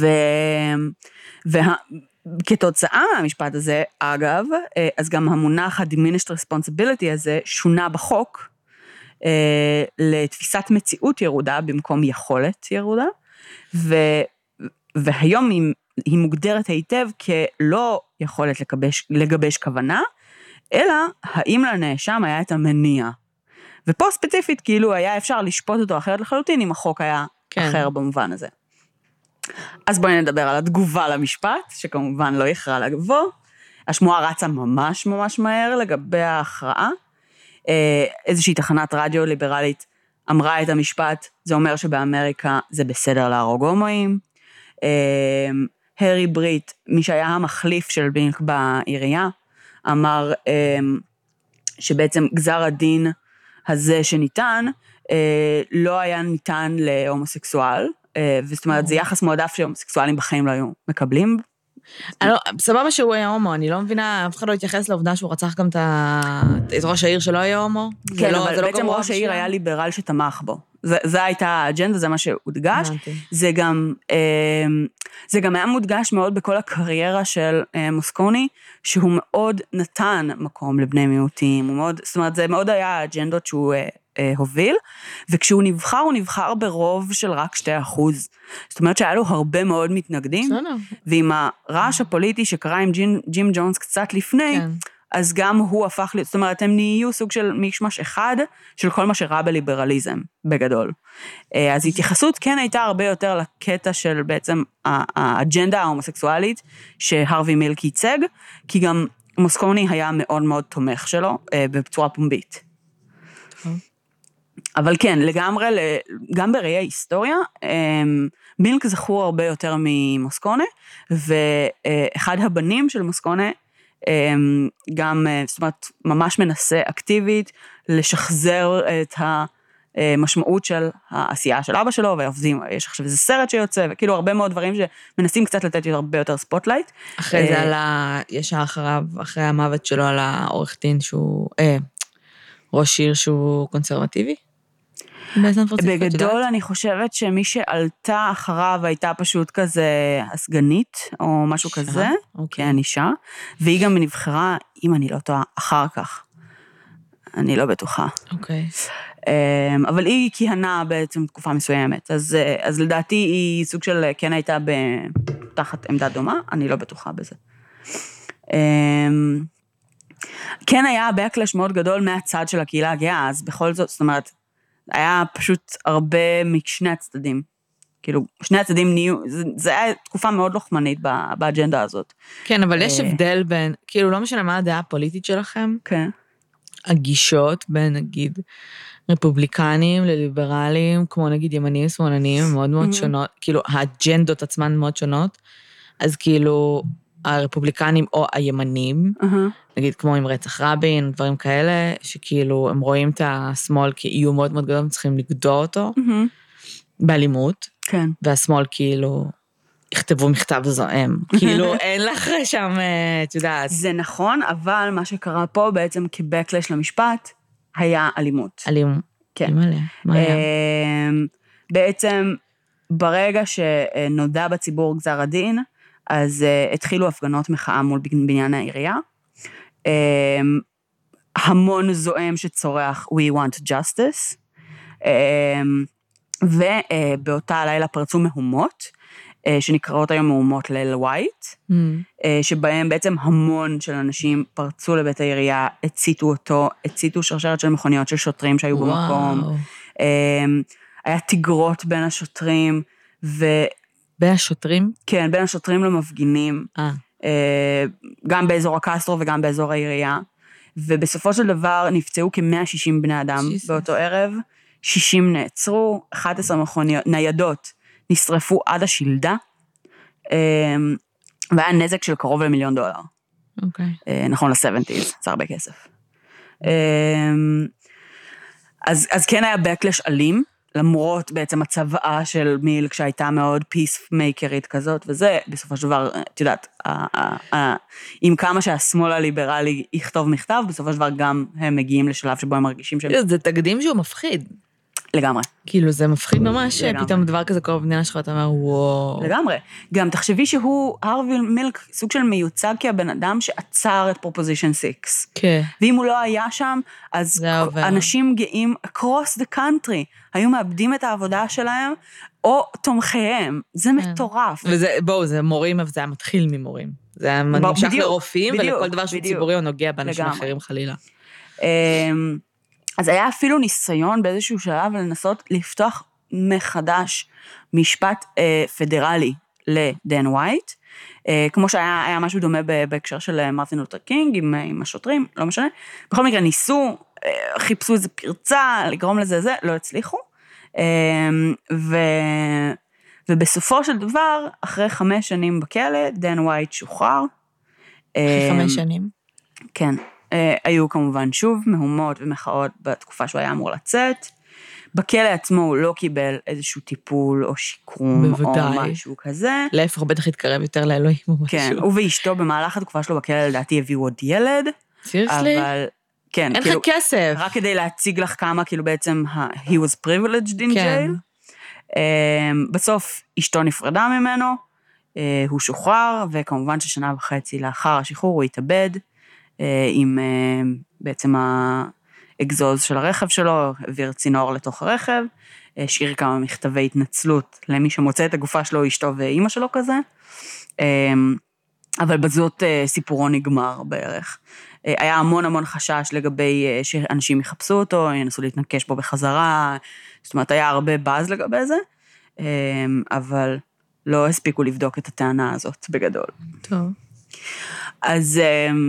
וכתוצאה מהמשפט הזה, אגב, אז גם המונח ה-diminished responsibility הזה שונה בחוק, לתפיסת מציאות ירודה במקום יכולת ירודה, והיום אם היא מוגדרת היטב כלא יכולת לגבש כוונה, אלא האם לנאשם היה את המניע. ופה ספציפית, כאילו היה אפשר לשפוט אותו אחרת לחלוטין, אם החוק היה אחר במובן הזה. אז בואי נדבר על התגובה למשפט, שכמובן לא יכרע לגבו. השמועה רצה ממש ממש מהר לגבי ההכרעה. איזושהי תחנת רדיו ליברלית אמרה את המשפט, זה אומר שבאמריקה זה בסדר להרוג הומואים. הרי בריט, מי שהיה המחליף של מילק בעירייה, אמר שבעצם גזר הדין הזה שניתן, לא היה ניתן להומוסקסואל, וזאת אומרת, זה יחס מועדף שהומוסקסואלים בחיים לא היו מקבלים. סבבה שהוא היה הומו, אני לא מבינה, אף אחד לא התייחס לעובדה שהוא רצח גם את ראש העיר שלא היה הומו. כן, אבל בעצם ראש העיר היה ליברל שתמך בו. זה הייתה האג'נדה, זה מה שהודגש. זה גם היה מודגש מאוד בכל הקריירה של מוסקוני, שהוא מאוד נתן מקום לבני מיעוטים, זאת אומרת, זה מאוד היה האג'נדות שהוא הוביל, וכשהוא נבחר, הוא נבחר ברוב של רק 2%. זאת אומרת שהיה לו הרבה מאוד מתנגדים, ועם הרעש הפוליטי שקרה עם ג'ים ג'ונס קצת לפני, אז גם הוא הפך, זאת אומרת, הם נהיו סוג של משמש אחד, של כל מה שראה בליברליזם, בגדול. אז התייחסות כן הייתה הרבה יותר לקטע של בעצם האג'נדה ההומוסקסואלית, שהרווי מילק ייצג, כי גם מוסקוני היה מאוד מאוד תומך שלו, בצורה פומבית. אבל כן, לגמרי, גם בראי ההיסטוריה, מילק זכור הרבה יותר ממוסקונה, ואחד הבנים של מוסקונה, גם, זאת אומרת, ממש מנסה אקטיבית לשחזר את המשמעות של העשייה של אבא שלו, ועובדים, יש עכשיו איזה סרט שיוצא, וכאילו הרבה מאוד דברים שמנסים קצת לתת הרבה יותר ספוטלייט. אחרי זה יש אחריו, אחרי המוות שלו על העורך דין שהוא, ראש עיר שהוא קונסרבטיבי? בגדול אני חושבת שמי שעלתה אחריו הייתה פשוט כזה הסגנית, או משהו כזה, כן, אישה, והיא גם נבחרה, אם אני לא טועה, אחר כך. אני לא בטוחה. אוקיי. אבל היא כיהנה בעצם תקופה מסוימת, אז לדעתי היא סוג של, כן הייתה תחת עמדה דומה, אני לא בטוחה בזה. כן היה בקלש מאוד גדול מהצד של הקהילה הגאה, אז בכל זאת, זאת אומרת, היה פשוט הרבה משני הצדדים. כאילו, שני הצדדים נהיו, זה היה תקופה מאוד לוחמנית באג'נדה הזאת. כן, אבל יש הבדל בין, כאילו, לא משנה מה הדעה הפוליטית שלכם, כן. הגישות בין, נגיד, רפובליקנים לליברלים, כמו נגיד ימנים, שמאלנים, מאוד מאוד שונות, כאילו, האג'נדות עצמן מאוד שונות, אז כאילו, הרפובליקנים או הימנים, נגיד כמו עם רצח רבין, דברים כאלה, שכאילו הם רואים את השמאל כאיום מאוד מאוד גדול, הם צריכים לגדוע אותו, באלימות, והשמאל כאילו, יכתבו מכתב זועם, כאילו אין לך שם, את יודעת. זה נכון, אבל מה שקרה פה בעצם כבקלש למשפט, היה אלימות. אלימות. כן. מה היה? בעצם, ברגע שנודע בציבור גזר הדין, אז התחילו הפגנות מחאה מול בניין העירייה, המון זועם שצורח We want justice, ובאותה הלילה פרצו מהומות, שנקראות היום מהומות ליל ווייט, שבהם בעצם המון של אנשים פרצו לבית העירייה, הציתו שרשרת של מכוניות של שוטרים שהיו במקום, היה תגרות בין השוטרים, בין השוטרים? כן, בין השוטרים למפגינים, גם באזור הקסטרו וגם באזור העירייה, ובסופו של דבר נפצעו כ-160 בני אדם באותו ערב, 60 נעצרו, 11 מכוניות, ניידות, נשרפו עד השלדה, והיה נזק של קרוב ל$1,000,000. אוקיי. נכון ל-70s, זה הרבה כסף. אז כן היה בקלש אלים, למרות בעצם הצבעה של מילק שהייתה מאוד פיסמייקרית כזאת, וזה בסופו של דבר, את יודעת, עם כמה שהשמאל הליברלי יכתוב מכתב, בסופו של דבר גם הם מגיעים לשלב שבו הם מרגישים שהם... זה תקדים שהוא מפחיד. לגמרי. כאילו זה מפחיד ממש, פתאום דבר כזה קורה במדינה שלך, אתה אומר, וואו. לגמרי. גם תחשבי שהוא, הרווי מילק, סוג של מיוצג כהבן אדם שעצר את פרופוזישן 6. כן. ואם הוא לא היה שם, אז אנשים גאים across the country, היו מאבדים את העבודה שלהם, או תומכיהם. זה מטורף. וזה, בואו, זה מורים, אבל זה היה מתחיל ממורים. זה היה נמשך לרופאים, ולכל דבר שהוא ציבורי או נוגע באנשים אחרים חלילה. אז היה אפילו ניסיון באיזשהו שלב לנסות לפתוח מחדש משפט פדרלי לדן ווייט, כמו שהיה משהו דומה בהקשר של מרטין לותר קינג עם השוטרים, לא משנה. בכל מקרה ניסו, חיפשו איזו פרצה, לגרום לזה, לא הצליחו. ובסופו של דבר, אחרי 5 שנים בכלא, דן ווייט שוחרר. אחרי 5 שנים? כן. היו כמובן שוב מהומות ומחאות בתקופה שהוא היה אמור לצאת. בכלא עצמו הוא לא קיבל איזשהו טיפול או שיקום או משהו כזה. להפך, הוא בטח התקרב יותר לאלוהים או משהו. כן, הוא ואשתו במהלך התקופה שלו בכלא לדעתי הביאו עוד ילד. סיריוסלי? אבל כן. אין לך כסף. רק כדי להציג לך כמה, כאילו בעצם, he was privileged in jail. בסוף אשתו נפרדה ממנו, הוא שוחרר, וכמובן ששנה וחצי לאחר השחרור הוא התאבד, עם בעצם האגזוז של הרכב שלו, העביר צינור לתוך הרכב, השאיר כמה מכתבי התנצלות למי שמוצא את הגופה שלו, אשתו ואימא שלו כזה, אבל בזאת סיפורו נגמר בערך. היה המון חשש לגבי שאנשים יחפשו אותו, ינסו להתנקש בו בחזרה, זאת אומרת, היה הרבה באז לגבי זה, אבל לא הספיקו לבדוק את הטענה הזאת בגדול. טוב. אז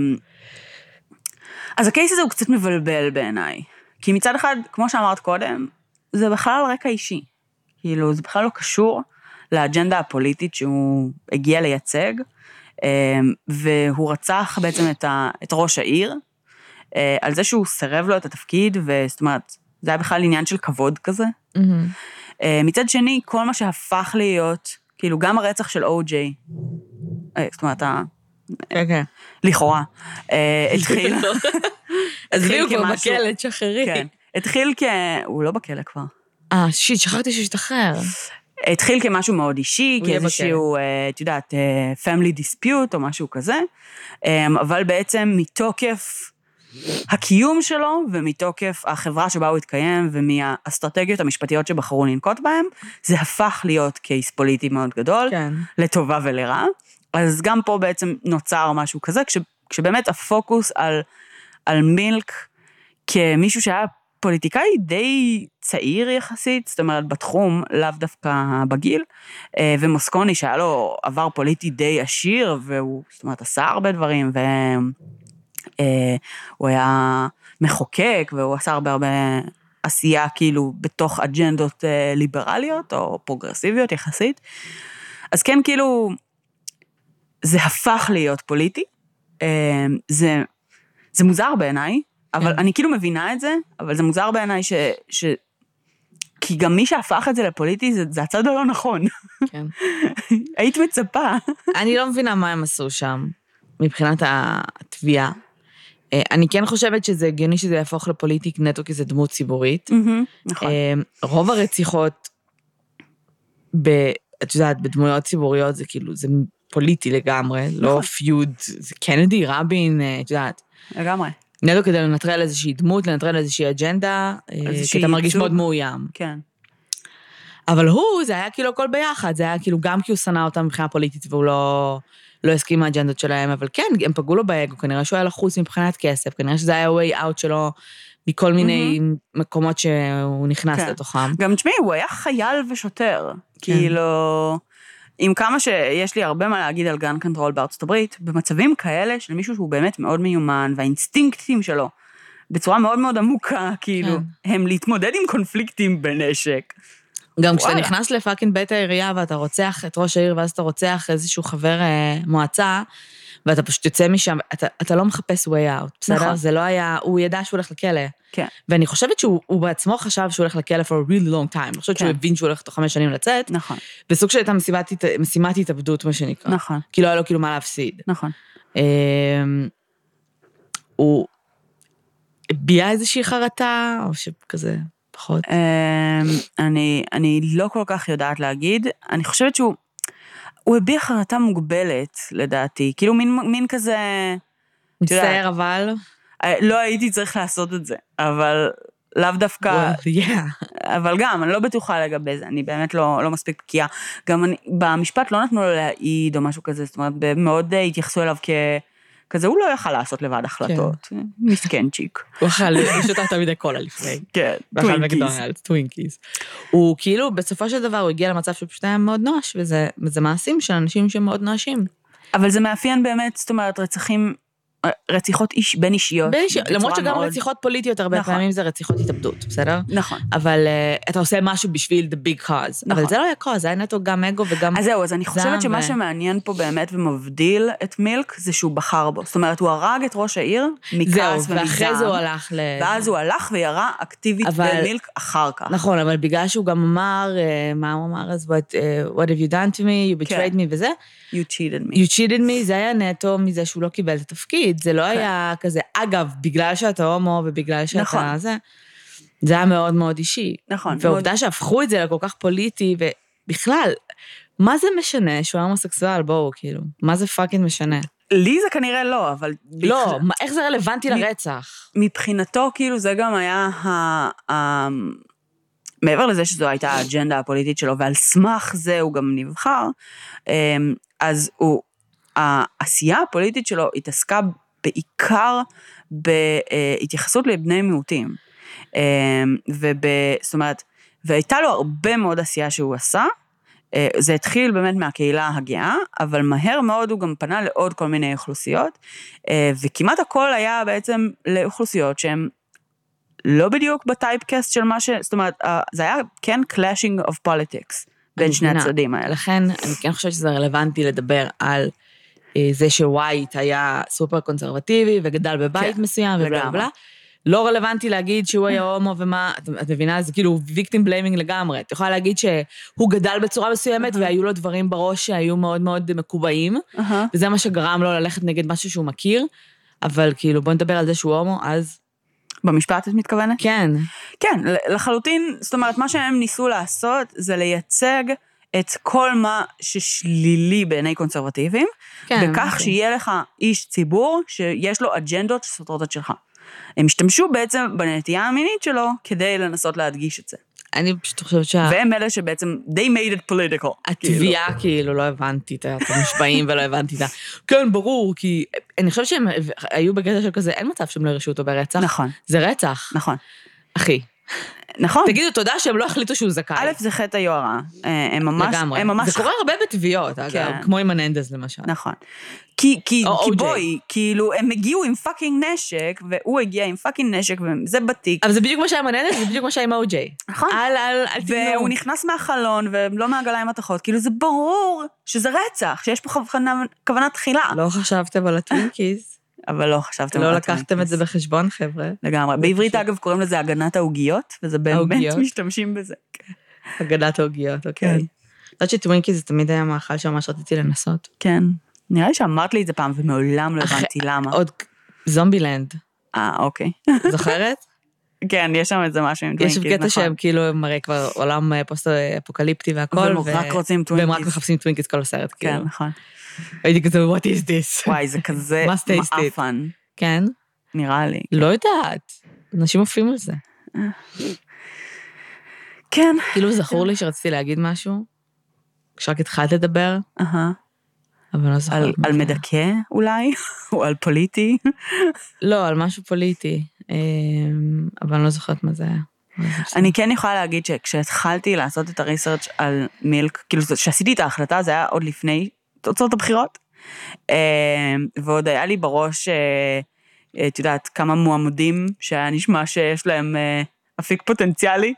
הקייס הזה הוא קצת מבלבל בעיניי, כי מצד אחד, כמו שאמרת קודם, זה בכלל על רקע אישי, כאילו זה בכלל לא קשור לאג'נדה הפוליטית שהוא הגיע לייצג, והוא רצח בעצם את ראש העיר, על זה שהוא סירב לו את התפקיד, וזאת אומרת, זה היה בכלל עניין של כבוד כזה. מצד שני, כל מה שהפך להיות, כאילו גם הרצח של או-ג'יי, זאת אומרת, לכאורה, התחיל... אז מי הוא כבר בכלא, תשחררי. כן, התחיל הוא לא בכלא כבר. שיט, שכחתי שהשתחרר. התחיל כמשהו מאוד אישי, כאיזשהו, את יודעת, family dispute או משהו כזה, אבל בעצם מתוקף הקיום שלו, ומתוקף החברה שבה הוא התקיים, ומהאסטרטגיות המשפטיות שבחרו לנקוט בהם, זה הפך להיות קייס פוליטי מאוד גדול, לטובה ולרע. אז גם פה בעצם נוצר משהו כזה, כשבאמת הפוקוס על מילק, כמישהו שהיה פוליטיקאי די צעיר יחסית, זאת אומרת בתחום, לאו דווקא בגיל, ומוסקוני שהיה לו עבר פוליטי די עשיר, והוא, זאת אומרת, עשה הרבה דברים, והוא היה מחוקק, והוא עשה הרבה עשייה כאילו בתוך אג'נדות ליברליות, או פרוגרסיביות יחסית. אז כן, כאילו, זה הפך להיות פוליטי, זה מוזר בעיניי, אבל אני כאילו מבינה את זה, אבל זה מוזר בעיניי כי גם מי שהפך את זה לפוליטי, זה הצד הלא נכון. כן. היית מצפה. אני לא מבינה מה הם עשו שם, מבחינת התביעה. אני כן חושבת שזה הגיוני שזה יהפוך לפוליטי נטו, כי זה דמות ציבורית. נכון. רוב הרציחות, את יודעת, בדמויות ציבוריות, זה כאילו, זה פוליטי לגמרי, לא פיוד, זה קנדי, רבין, את יודעת. לגמרי. נטו כדי לנטרל איזושהי דמות, לנטרל איזושהי אג'נדה, כי אתה מרגיש מאוד מאוים. כן. אבל זה היה כאילו הכל ביחד, זה היה כאילו גם כי הוא שנא אותם מבחינה פוליטית, והוא לא הסכים מהאג'נדות שלהם, אבל כן, הם פגעו לו באגו, כנראה שהוא היה לחוץ מבחינת כסף, כנראה שזה היה way out שלו, מכל מיני מקומות שהוא נכנס לתוכם. גם תשמעי, הוא היה חייל ושוטר, כאילו... עם כמה שיש לי הרבה מה להגיד על גן קנטרול בארצות הברית, במצבים כאלה של מישהו שהוא באמת מאוד מיומן, והאינסטינקטים שלו, בצורה מאוד מאוד עמוקה, כאילו, הם להתמודד עם קונפליקטים בנשק. גם כשאתה נכנס לפאקינג בית העירייה, ואתה רוצח את ראש העיר, ואז אתה רוצח איזשהו חבר מועצה, ואתה פשוט יוצא משם, אתה לא מחפש way out, בסדר? זה לא היה, הוא ידע שהוא הולך לכלא. כן. ואני חושבת שהוא בעצמו חשב שהוא הולך לכלא for a really long time. אני חושבת שהוא הבין שהוא הולך תוך 5 שנים לצאת. נכון. בסוג שהייתה משימת התאבדות, מה שנקרא. נכון. כי לא היה לו כאילו מה להפסיד. נכון. הוא הביע איזושהי חרטה, או שכזה פחות? אני לא כל כך יודעת להגיד. אני חושבת הוא הביע חרטה מוגבלת, לדעתי. כאילו מין כזה... מצטער אבל... לא הייתי צריך לעשות את זה, אבל לאו דווקא, yeah. אבל גם, אני לא בטוחה לגבי זה, אני באמת לא מספיק בקיאה. גם במשפט לא נתנו לו להעיד או משהו כזה, זאת אומרת, מאוד התייחסו אליו כזה, הוא לא יכל לעשות לבד החלטות. מסכן צ'יק. הוא שותה תמיד קולה לפני. כן, טווינקיז. הוא כאילו, בסופו של דבר, הוא הגיע למצב שהוא פשוט היה מאוד נואש, וזה מעשים של אנשים שמאוד נואשים. אבל זה מאפיין באמת, זאת אומרת, רציחות בין אישיות. למרות שגם רציחות פוליטיות הרבה פעמים זה רציחות התאבדות, בסדר? נכון. אבל אתה עושה משהו בשביל the big cause. אבל זה לא היה cause, זה היה נטו גם אגו וגם... אז זהו, אז אני חושבת שמה שמעניין פה באמת ומבדיל את מילק, זה שהוא בחר בו. זאת אומרת, הוא הרג את ראש העיר, מכעס ומזעם. ואחרי זה הוא הלך ואז הוא הלך וירה אקטיבית במילק אחר כך. נכון, אבל בגלל שהוא גם אמר, מה הוא אמר אז? What have you done to me? You betrayed me וזה? You cheated me. You cheated me, זה היה נטו מזה שהוא לא קיבל את התפקיד. זה לא היה כזה, אגב, בגלל שאתה הומו ובגלל שאתה זה, זה היה מאוד מאוד אישי. נכון. והעובדה שהפכו את זה לכל כך פוליטי, ובכלל, מה זה משנה שהוא הומוסקסואל? בואו, כאילו, מה זה פאקינג משנה? לי זה כנראה לא, אבל... לא, איך זה רלוונטי לרצח? מבחינתו, כאילו, זה גם היה מעבר לזה שזו הייתה האג'נדה הפוליטית שלו, ועל סמך זה הוא גם נבחר, אז העשייה הפוליטית שלו התעסקה בעיקר בהתייחסות לבני מיעוטים. זאת אומרת, והייתה לו הרבה מאוד עשייה שהוא עשה, זה התחיל באמת מהקהילה הגאה, אבל מהר מאוד הוא גם פנה לעוד כל מיני אוכלוסיות, וכמעט הכל היה בעצם לאוכלוסיות שהן לא בדיוק בטייפקאסט של מה זאת אומרת, זה היה כן clashing of politics בין שני הצדדים האלה. לכן אני כן חושבת שזה רלוונטי לדבר על זה שווייט היה סופר קונסרבטיבי וגדל בבית מסוים ובלה. לא רלוונטי להגיד שהוא היה הומו ומה, את מבינה? זה כאילו victim blaming לגמרי. את יכולה להגיד שהוא גדל בצורה מסוימת והיו לו דברים בראש שהיו מאוד מאוד מקובעים, וזה מה שגרם לו ללכת נגד משהו שהוא מכיר, אבל כאילו בוא נדבר על זה שהוא הומו, אז... במשפט את מתכוונת? כן. כן, לחלוטין, זאת אומרת, מה שהם ניסו לעשות זה לייצג את כל מה ששלילי בעיני קונסרבטיביים, בכך שיהיה לך איש ציבור שיש לו אג'נדות שסותרות את שלך. הם השתמשו בעצם בנטייה המינית שלו כדי לנסות להדגיש את זה. אני פשוט חושבת והם אלה שבעצם, they made it political. התביעה כאילו, לא הבנתי את המשפעים ולא הבנתי את כן, ברור, כי אני חושבת שהם היו בגלל של כזה, אין מצב שהם לא הרשו אותו ברצח. נכון. זה רצח. נכון. אחי. נכון. תגידו תודה שהם לא החליטו שהוא זכאי. א', זה חטא היוהרה. הם ממש... זה קורה הרבה בתביעות, אגב, כמו עם הננדס למשל. נכון. כי בואי, כאילו, הם הגיעו עם פאקינג נשק, והוא הגיע עם פאקינג נשק, וזה בתיק. אבל זה בדיוק מה שהיה עם הננדס, זה בדיוק מה שהיה עם האוג'יי. נכון. והוא נכנס מהחלון, ולא מהגליים התחות, כאילו זה ברור שזה רצח, שיש פה כוונה תחילה. לא חשבתם על הטווינקיז. אבל לא חשבתם. לא לקחתם את זה בחשבון, חבר'ה. לגמרי. בעברית, אגב, קוראים לזה הגנת העוגיות, וזה באמת משתמשים בזה. הגנת העוגיות, אוקיי. זאת שטווינקיז זה תמיד היה מאכל שממש רציתי לנסות. כן. נראה לי שאמרת לי את זה פעם, ומעולם לא הבנתי למה. עוד זומבילנד. אוקיי. זוכרת? כן, יש שם איזה משהו עם טווינקיז, נכון. יש קטע שהם כאילו, הם הרי כבר עולם פוסט-אפוקליפטי והכל, והם רק רוצים טווינקיז. והם רק מחפשים טווינקיז כל הסרט. כן, נכון. הייתי כזה, what is this? וואי, זה כזה מאפן. כן? נראה לי. לא יודעת. אנשים עופים על זה. כן. כאילו זכור לי שרציתי להגיד משהו, כשרק התחלת לדבר, אבל לא זוכרת. על מדכא אולי? או על פוליטי? לא, על משהו פוליטי. אבל אני לא זוכרת מה זה היה. אני כן יכולה להגיד שכשהתחלתי לעשות את הריסרצ' על מילק, כאילו שעשיתי את ההחלטה, זה היה עוד לפני תוצאות הבחירות, ועוד היה לי בראש, את יודעת, כמה מועמדים שהיה נשמע שיש להם אפיק פוטנציאלי.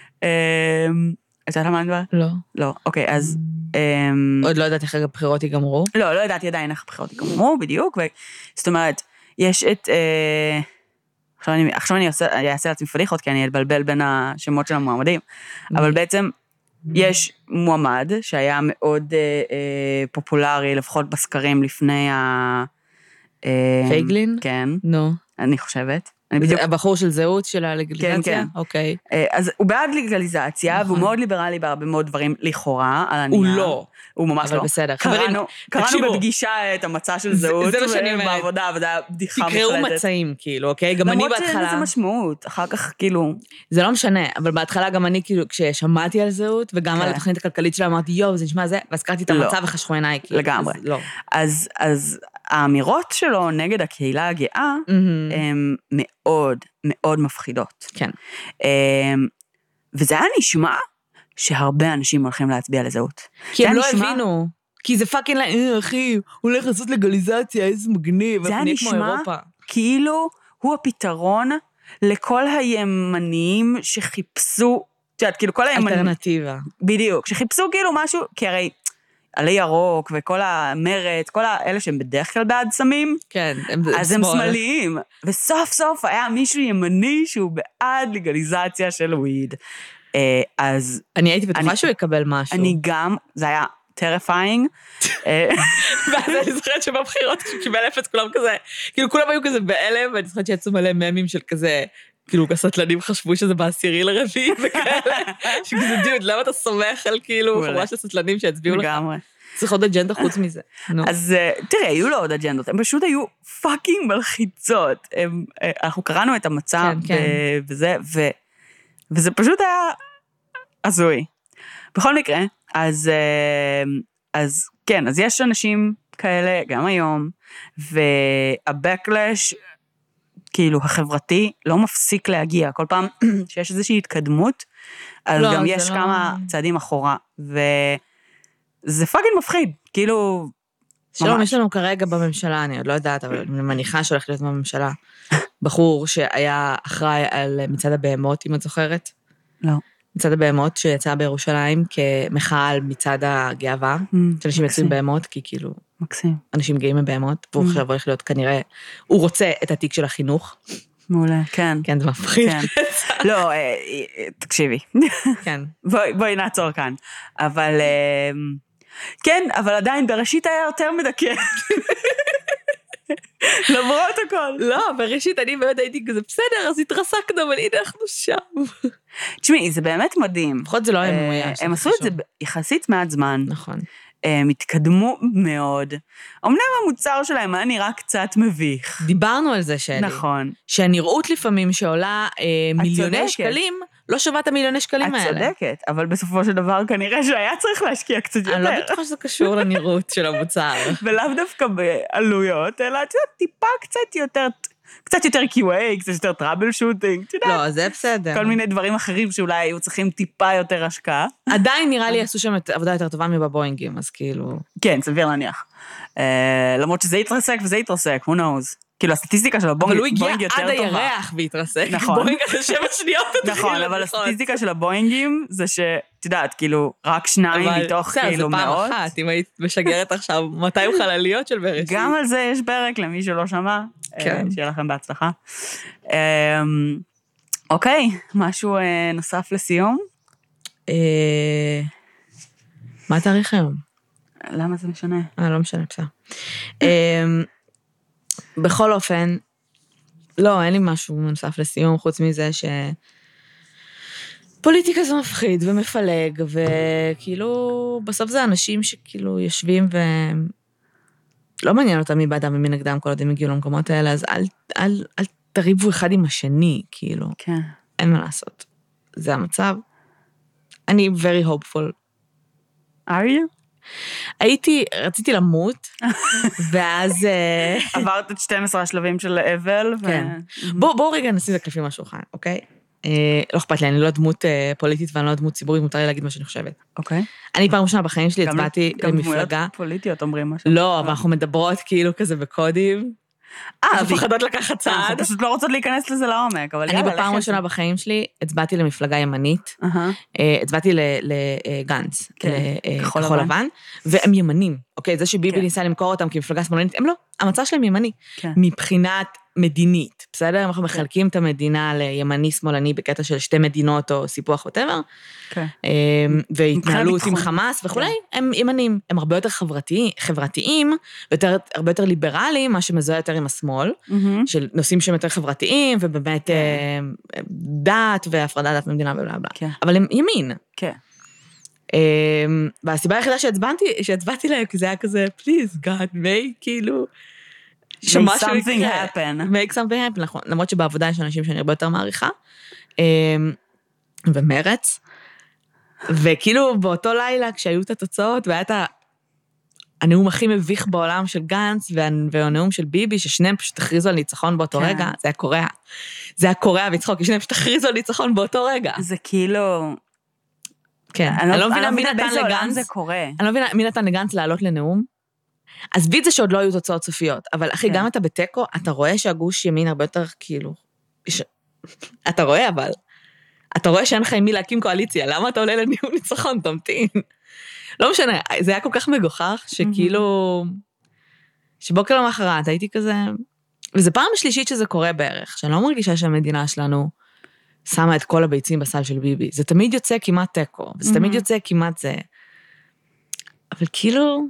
את יודעת מה אני דבר? לא. לא, אוקיי, אז... עוד לא יודעת איך הבחירות ייגמרו? לא ידעתי עדיין איך הבחירות ייגמרו, בדיוק, זאת אומרת, יש את... עכשיו אני אעשה לעצמי פדיחות, כי אני אתבלבל בין השמות של המועמדים, אבל בעצם יש מועמד שהיה מאוד פופולרי, לפחות בסקרים לפני פייגלין? כן. נו. אני חושבת. הבחור של זהות של הלגליזציה? כן. אוקיי. אז הוא בעד לגליזציה, והוא מאוד ליברלי בהרבה מאוד דברים לכאורה, על הנייר. הוא לא. הוא ממש לא. אבל בסדר. קראנו בפגישה את המצע של זהות, זה מה שאני אומרת. בעבודה, עבודה בדיחה מוחלטת. תקראו מצעים, כאילו, אוקיי? גם אני בהתחלה... למרות שאין לזה משמעות, אחר כך כאילו... זה לא משנה, אבל בהתחלה גם אני, כאילו, כששמעתי על זהות, וגם על התוכנית הכלכלית שלה, אמרתי, יואו, זה נשמע זה, ואז קראתי את המצע וחשכו עיניי, כאילו. לגמרי. לא. אז האמירות שלו נגד הקהילה הגאה, הן מאוד מאוד מפחידות. כן. וזה היה נשמע שהרבה אנשים הולכים להצביע לזהות. כי הם לא הבינו. כי זה פאקינג, אחי, הוא הולך לעשות לגליזציה, איזה מגניב. זה היה נשמע כאילו הוא הפתרון לכל הימניים שחיפשו, כאילו כל הימנים... אלטרנטיבה. בדיוק, שחיפשו כאילו משהו, כי הרי עלי ירוק וכל המרד, כל האלה שהם בדרך כלל בעד סמים, כן, אז הם שמאליים. וסוף סוף היה מישהו ימני שהוא בעד לגליזציה של וויד. אז... אני הייתי בטוחה שהוא יקבל משהו. אני גם, זה היה terrifying. ואז אני זוכרת שבבחירות כשהוא קיבל אפס כולם כזה, כאילו כולם היו כזה באלם, ואני זוכרת שיצאו מלא ממים של כזה, כאילו הסטלנים חשבו שזה ב10 לרביעי וכאלה, שכזה דיוד, למה אתה סומך על כאילו חבורה של סטלנים שהצביעו לך? לגמרי. צריך עוד אג'נדה חוץ מזה. אז תראה, היו לו עוד אג'נדות, הם פשוט היו פאקינג מלחיצות. אנחנו קראנו את המצב וזה, וזה פשוט היה הזוי. בכל מקרה, אז כן, אז יש אנשים כאלה גם היום, והבקלש, כאילו החברתי, לא מפסיק להגיע. כל פעם שיש איזושהי התקדמות, אז גם יש כמה צעדים אחורה, וזה פאקינג מפחיד, כאילו... שלום, יש לנו כרגע בממשלה, אני עוד לא יודעת, אבל אני מניחה שהולך להיות בממשלה, בחור שהיה אחראי על מצעד הבהמות, אם את זוכרת? לא. מצעד הבהמות שיצא בירושלים כמחאה על מצעד הגאווה, שאנשים יצאים בהמות, כי כאילו... מקסים. אנשים גאים מבהמות, והוא עכשיו הולך להיות כנראה... הוא רוצה את התיק של החינוך. מעולה, כן. כן, זה מפחיד. לא, תקשיבי. כן. בואי נעצור כאן. אבל... כן, אבל עדיין בראשית היה יותר מדכא. למרות הכל. לא, בראשית אני באמת הייתי כזה, בסדר, אז התרסקנו, אבל הנה אנחנו שם. תשמעי, זה באמת מדהים. לפחות זה לא היה מאויש. הם עשו את זה יחסית מעט זמן. נכון. הם התקדמו מאוד. אמנם המוצר שלהם היה נראה קצת מביך. דיברנו על זה, שלי. נכון. שהנראות לפעמים שעולה מיליוני שקלים, לא שווה את המיליוני שקלים האלה. את צודקת, אבל בסופו של דבר כנראה שהיה צריך להשקיע קצת יותר. אני לא בטוחה שזה קשור לנראות של המוצר. ולאו דווקא בעלויות, אלא את יודעת, טיפה קצת יותר QA, קצת יותר טראבל שוטינג, את יודעת. לא, זה בסדר. כל מיני דברים אחרים שאולי היו צריכים טיפה יותר השקעה. עדיין נראה לי עשו שם עבודה יותר טובה מבבואינגים, אז כאילו... כן, סביר להניח. למרות שזה יתרסק וזה יתרסק, who knows. כאילו, הסטטיסטיקה של הבואינג יותר טובה. אבל הוא הגיע עד הירח והתרסק. נכון. בואינג אחרי 7 שניות. נכון, אבל הסטטיסטיקה של הבואינגים זה שאת יודעת, כאילו, רק 2 מתוך כאילו מאות. זה פעם אחת, אם היית משגרת עכשיו 200 חלליות של בראשית. גם על זה יש פרק למי שלא שמע. כן. שיהיה לכם בהצלחה. אוקיי, משהו נוסף לסיום? מה התאריך היום? למה זה משנה? לא משנה, בסדר. בכל אופן, לא, אין לי משהו נוסף לסיום, חוץ מזה פוליטיקה זה מפחיד ומפלג, וכאילו, בסוף זה אנשים שכאילו יושבים לא מעניין אותם מי בעדם ומי נגדם, כל עוד הם הגיעו למקומות האלה, אז אל תריבו אחד עם השני, כאילו. כן. אין מה לעשות. זה המצב. אני very hopeful. Are you? רציתי למות, ואז... עברת את 12 השלבים של אבל. כן. בואו רגע נשים את הקלפים מהשולחן, אוקיי? לא אכפת לי, אני לא דמות פוליטית ואני לא דמות ציבורית, מותר לי להגיד מה שאני חושבת. אוקיי. אני פעם ראשונה בחיים שלי הצבעתי למפלגה. גם דמויות פוליטיות אומרים משהו. לא, אבל אנחנו מדברות כאילו כזה בקודים. מפחדות לקחת צעד. אנחנו פשוט לא רוצות להיכנס לזה לעומק, אבל אני בפעם ראשונה בחיים שלי הצבעתי למפלגה ימנית, הצבעתי לגנץ, כחול לבן, והם ימנים. אוקיי, זה שביבי ניסה למכור אותם כמפלגה שמאלנית, הם לא. המצע שלהם ימני, כן. מבחינת מדינית, בסדר? אנחנו מחלקים את המדינה לימני-שמאלני בקטע של שתי מדינות או סיפוח whatever, כן. והתנהלות עם חמאס וכולי, הם ימנים, הם הרבה יותר חברתיים, הרבה יותר ליברליים, מה שמזוהה יותר עם השמאל, של נושאים שהם יותר חברתיים, ובאמת דת והפרדה דת במדינה ובלה בלה. אבל הם ימין. כן. והסיבה היחידה שהצבעתי להם, כי זה היה כזה, please God, make, כאילו, make something happen. make something happen, נכון. למרות שבעבודה יש אנשים שאני הרבה יותר מעריכה, ומרץ, וכאילו באותו לילה, כשהיו את התוצאות, והיה את הנאום הכי מביך בעולם של גנץ, והנאום של ביבי, ששניהם פשוט הכריזו על ניצחון באותו רגע, זה היה קורע. זה היה קורע ויצחוק, כי שניהם פשוט הכריזו על ניצחון באותו רגע. זה כאילו... כן, אני לא מבינה מי נתן לגנץ, זה קורה. אני לא מבינה מי נתן לגנץ לעלות לנאום. אז בי זה שעוד לא היו תוצאות סופיות, אבל אחי, גם אתה בטקו, אתה רואה שהגוש ימין הרבה יותר כאילו, אתה רואה אבל, אתה רואה שאין לך עם מי להקים קואליציה, למה אתה עולה לנאום ניצחון, תמתין. לא משנה, זה היה כל כך מגוחך, שכאילו, שבוקר למחרת הייתי כזה, וזה פעם שלישית שזה קורה בערך, שאני לא מרגישה שהמדינה שלנו, שמה את כל הביצים בסל של ביבי. זה תמיד יוצא כמעט טקו, וזה תמיד יוצא כמעט זה. אבל כאילו,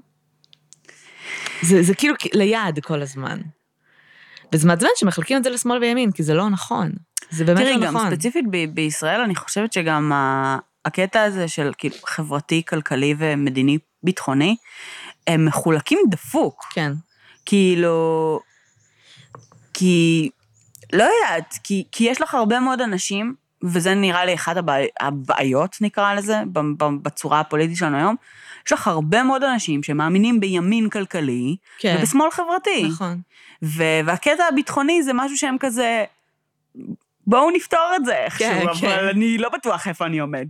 זה כאילו ליד כל הזמן. וזה מעצבן שמחלקים את זה לשמאל וימין, כי זה לא נכון. זה באמת לא נכון. תראי, גם ספציפית בישראל, אני חושבת שגם הקטע הזה של כאילו חברתי, כלכלי ומדיני ביטחוני, הם מחולקים דפוק. כן. כאילו, כי... לא יודעת, כי יש לך הרבה מאוד אנשים, וזה נראה לי אחד הבעיות, נקרא לזה, בצורה הפוליטית שלנו היום, יש לך הרבה מאוד אנשים שמאמינים בימין כלכלי, כן. ובשמאל חברתי. נכון. והקטע הביטחוני זה משהו שהם כזה, בואו נפתור את זה איכשהו, כן, אבל כן. אני לא בטוח איפה אני עומד.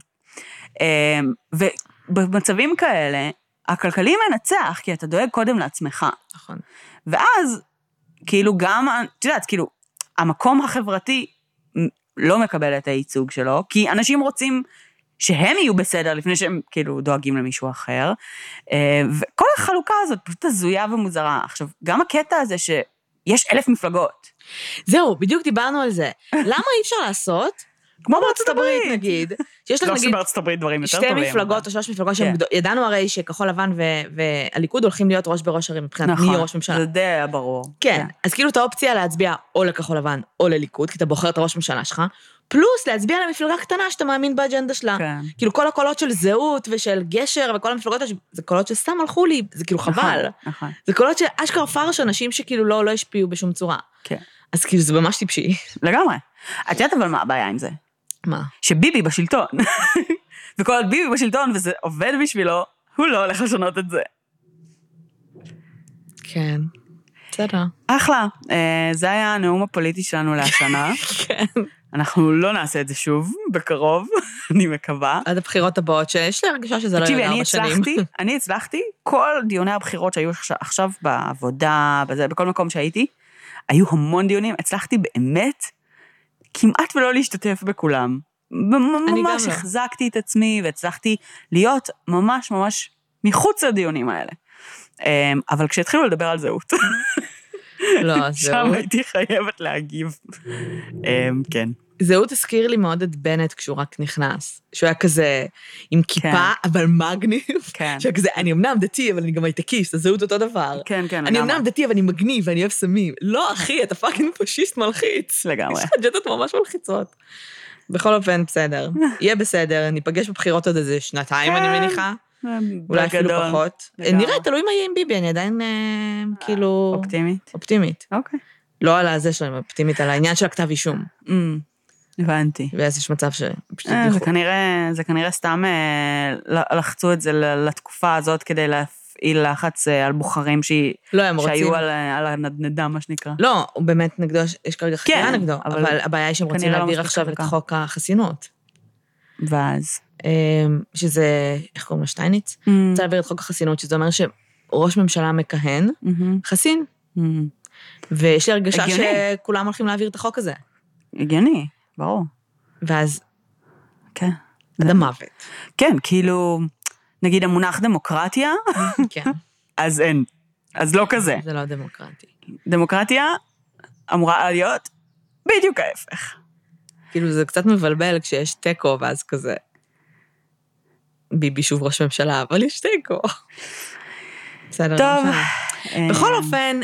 ובמצבים כאלה, הכלכלי מנצח, כי אתה דואג קודם לעצמך. נכון. ואז, כאילו גם, את יודעת, כאילו, המקום החברתי לא מקבל את הייצוג שלו, כי אנשים רוצים שהם יהיו בסדר, לפני שהם כאילו דואגים למישהו אחר, וכל החלוקה הזאת פשוט הזויה ומוזרה. עכשיו, גם הקטע הזה שיש 1,000 מפלגות. זהו, בדיוק דיברנו על זה. למה אי אפשר לעשות? כמו בארצות הברית, נגיד. שיש לך נגיד שבארצות הברית דברים יותר טובים. 2 מפלגות או 3 מפלגות, ידענו הרי שכחול לבן והליכוד הולכים להיות ראש בראש הרים, מבחינת מי ראש ממשלה. זה די ברור. כן, אז כאילו את האופציה להצביע או לכחול לבן או לליכוד, כי אתה בוחר את הראש ממשלה שלך, פלוס להצביע למפלגה קטנה שאתה מאמין באג'נדה שלה. כאילו כל הקולות של זהות ושל גשר וכל המפלגות, זה קולות שסתם הלכו לי, זה כאילו חבל. זה קולות שאשכרה פרש אנשים שכאילו לא השפיעו בשום צורה. אז כאילו זה ממש טיפשי. לגמרי. את יודעת אבל מה הבעיה עם זה? מה? שביבי בשלטון. וכל עוד ביבי בשלטון וזה עובד בשבילו, הוא לא הולך לשנות את זה. כן. בסדר. אחלה. זה היה הנאום הפוליטי שלנו להשנה. כן. אנחנו לא נעשה את זה שוב, בקרוב, אני מקווה. עד הבחירות הבאות, שיש לי הרגישה שזה לא יהיה 4 שנים. אני הצלחתי, כל דיוני הבחירות שהיו עכשיו בעבודה, בכל מקום שהייתי, היו המון דיונים, הצלחתי באמת כמעט ולא להשתתף בכולם. ממש החזקתי את עצמי, והצלחתי להיות ממש ממש מחוץ לדיונים האלה. אבל כשהתחילו לדבר על זהות, שם הייתי חייבת להגיב. כן. זהות הזכיר לי מאוד את בנט כשהוא רק נכנס, שהוא היה כזה עם כיפה, אבל מגניב, שהיה כזה, אני אמנם דתי, אבל אני גם הייטקיסט, הזהות אותו דבר. כן, כן. אני אמנם דתי, אבל אני מגניב, ואני אוהב סמים. לא, אחי, אתה פאקינג פשיסט מלחיץ. לגמרי. יש לך ג'טות ממש מלחיצות. בכל אופן, בסדר. יהיה בסדר, ניפגש בבחירות עוד איזה 2 אני מניחה. אולי אפילו פחות. נראה, תלוי מה יהיה עם ביבי, אני עדיין כאילו... אופטימית. אוקיי. לא על הזה שלהם, אופטימית, על העניין של הכתב אישום. הבנתי. ואז יש מצב זה כנראה סתם לחצו את זה לתקופה הזאת כדי להפעיל לחץ על בוחרים שהיו על הנדנדה, מה שנקרא. לא, הוא באמת נגדו, יש כרגע חקירה נגדו, אבל הבעיה היא שהם רוצים להעביר עכשיו את חוק החסינות. ואז? שזה, איך קוראים לו, שטייניץ? רוצה להעביר את חוק החסינות, שזה אומר שראש ממשלה מכהן, חסין. ויש לי הרגשה שכולם הולכים להעביר את החוק הזה. הגיוני, ברור. ואז, כן. עד המוות. כן, כאילו, נגיד המונח דמוקרטיה, כן. אז אין. אז לא כזה. זה לא דמוקרטי. דמוקרטיה אמורה להיות בדיוק ההפך. כאילו זה קצת מבלבל כשיש טקו, ואז כזה, ביבי שוב ראש ממשלה, אבל יש טקו. בסדר. טוב. בכל אופן,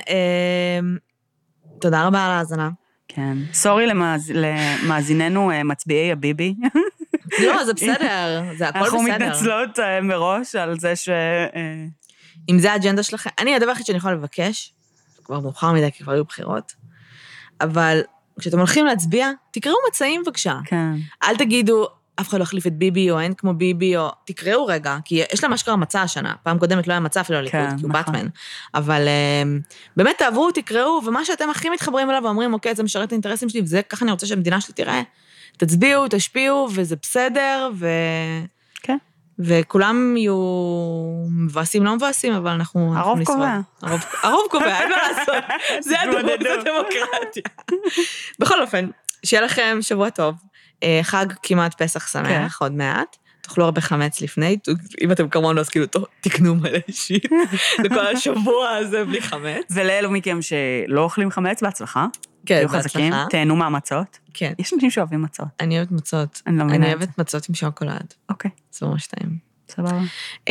תודה רבה על ההאזנה. כן. סורי למאזיננו מצביעי הביבי. לא, זה בסדר, זה הכל בסדר. אנחנו מתנצלות מראש על זה ש... אם זה האג'נדה שלכם, הדבר הכי שאני יכולה לבקש, כבר מאוחר מדי, כי כבר היו בחירות, אבל כשאתם הולכים להצביע, תקראו מצעים בבקשה. כן. אל תגידו, אף אחד לא החליף את ביבי, או אין כמו ביבי, או תקראו רגע, כי יש לה משקרה מצע השנה. פעם קודמת לא היה מצע אפילו הליכוד, כי הוא באטמן. אבל באמת תעברו, תקראו, ומה שאתם הכי מתחברים אליו, ואומרים, אוקיי, זה משרת את האינטרסים שלי, וזה ככה אני רוצה שהמדינה שלי תראה. תצביעו, תשפיעו, וזה בסדר, כן. וכולם יהיו מבאסים, לא מבאסים, אבל אנחנו... הרוב קובע. הרוב קובע, אין מה לעשות. זה הדמוקרטיה. בכל אופן, שיהיה לכם שבוע טוב. חג כמעט פסח שמח, עוד מעט. תאכלו הרבה חמץ לפני, אם אתם כמונו, אז כאילו, תקנו מלא שיט, לכל השבוע הזה בלי חמץ. ולאלו מכם שלא אוכלים חמץ, בהצלחה. כן, בהצלחה. תהנו מהמצות. כן. יש אנשים שאוהבים מצות. אני אוהבת מצות. אני לא מבינה. אני אוהבת מצות עם שוקולד. אוקיי. זה ממש טעים. סבבה.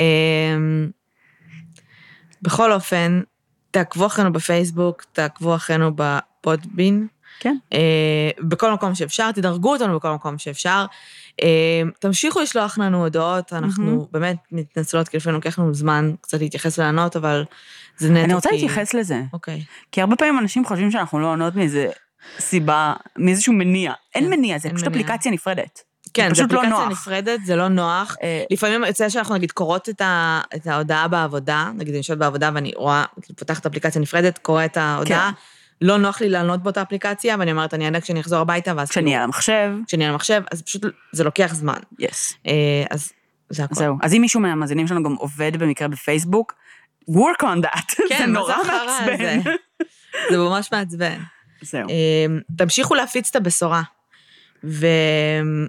בכל אופן, תעקבו אחרינו בפייסבוק, תעקבו אחרינו בפודבין. כן. בכל מקום שאפשר, תדרגו אותנו בכל מקום שאפשר. תמשיכו לשלוח לנו הודעות, אנחנו באמת מתנצלות, כי לפעמים לוקח לנו זמן קצת להתייחס ולענות, אבל זה נטו. אני רוצה להתייחס לזה. אוקיי. כי הרבה פעמים אנשים חושבים שאנחנו לא עונות מאיזה סיבה, מאיזשהו מניע. אין מניע, זה פשוט אפליקציה נפרדת. כן, זה פשוט לא אפליקציה נוח. נפרדת, זה לא נוח. לפעמים יוצא שאנחנו נגיד קוראות את ההודעה בעבודה, נגיד אני יושבת בעבודה ואני רואה, פותחת אפליקציה נפרדת, קורא את ההודעה, לא נוח לי לענות באותה אפליקציה, ואני אומרת, אני אענה כשאני אחזור הביתה, ואז כשאני על המחשב. כשאני על המחשב, אז פשוט זה לוקח זמן. יס. אז זה הכל. זהו. אז אם מישהו מהמאזינים שלנו גם עובד במקרה בפייסבוק, work on that. זה נורא מעצבן. זה ממש מעצבן. זהו. תמשיכו להפיץ את הבשורה.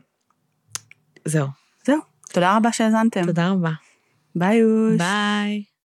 זהו. זהו. תודה רבה שהאזנתם. תודה רבה. ביי. ביי.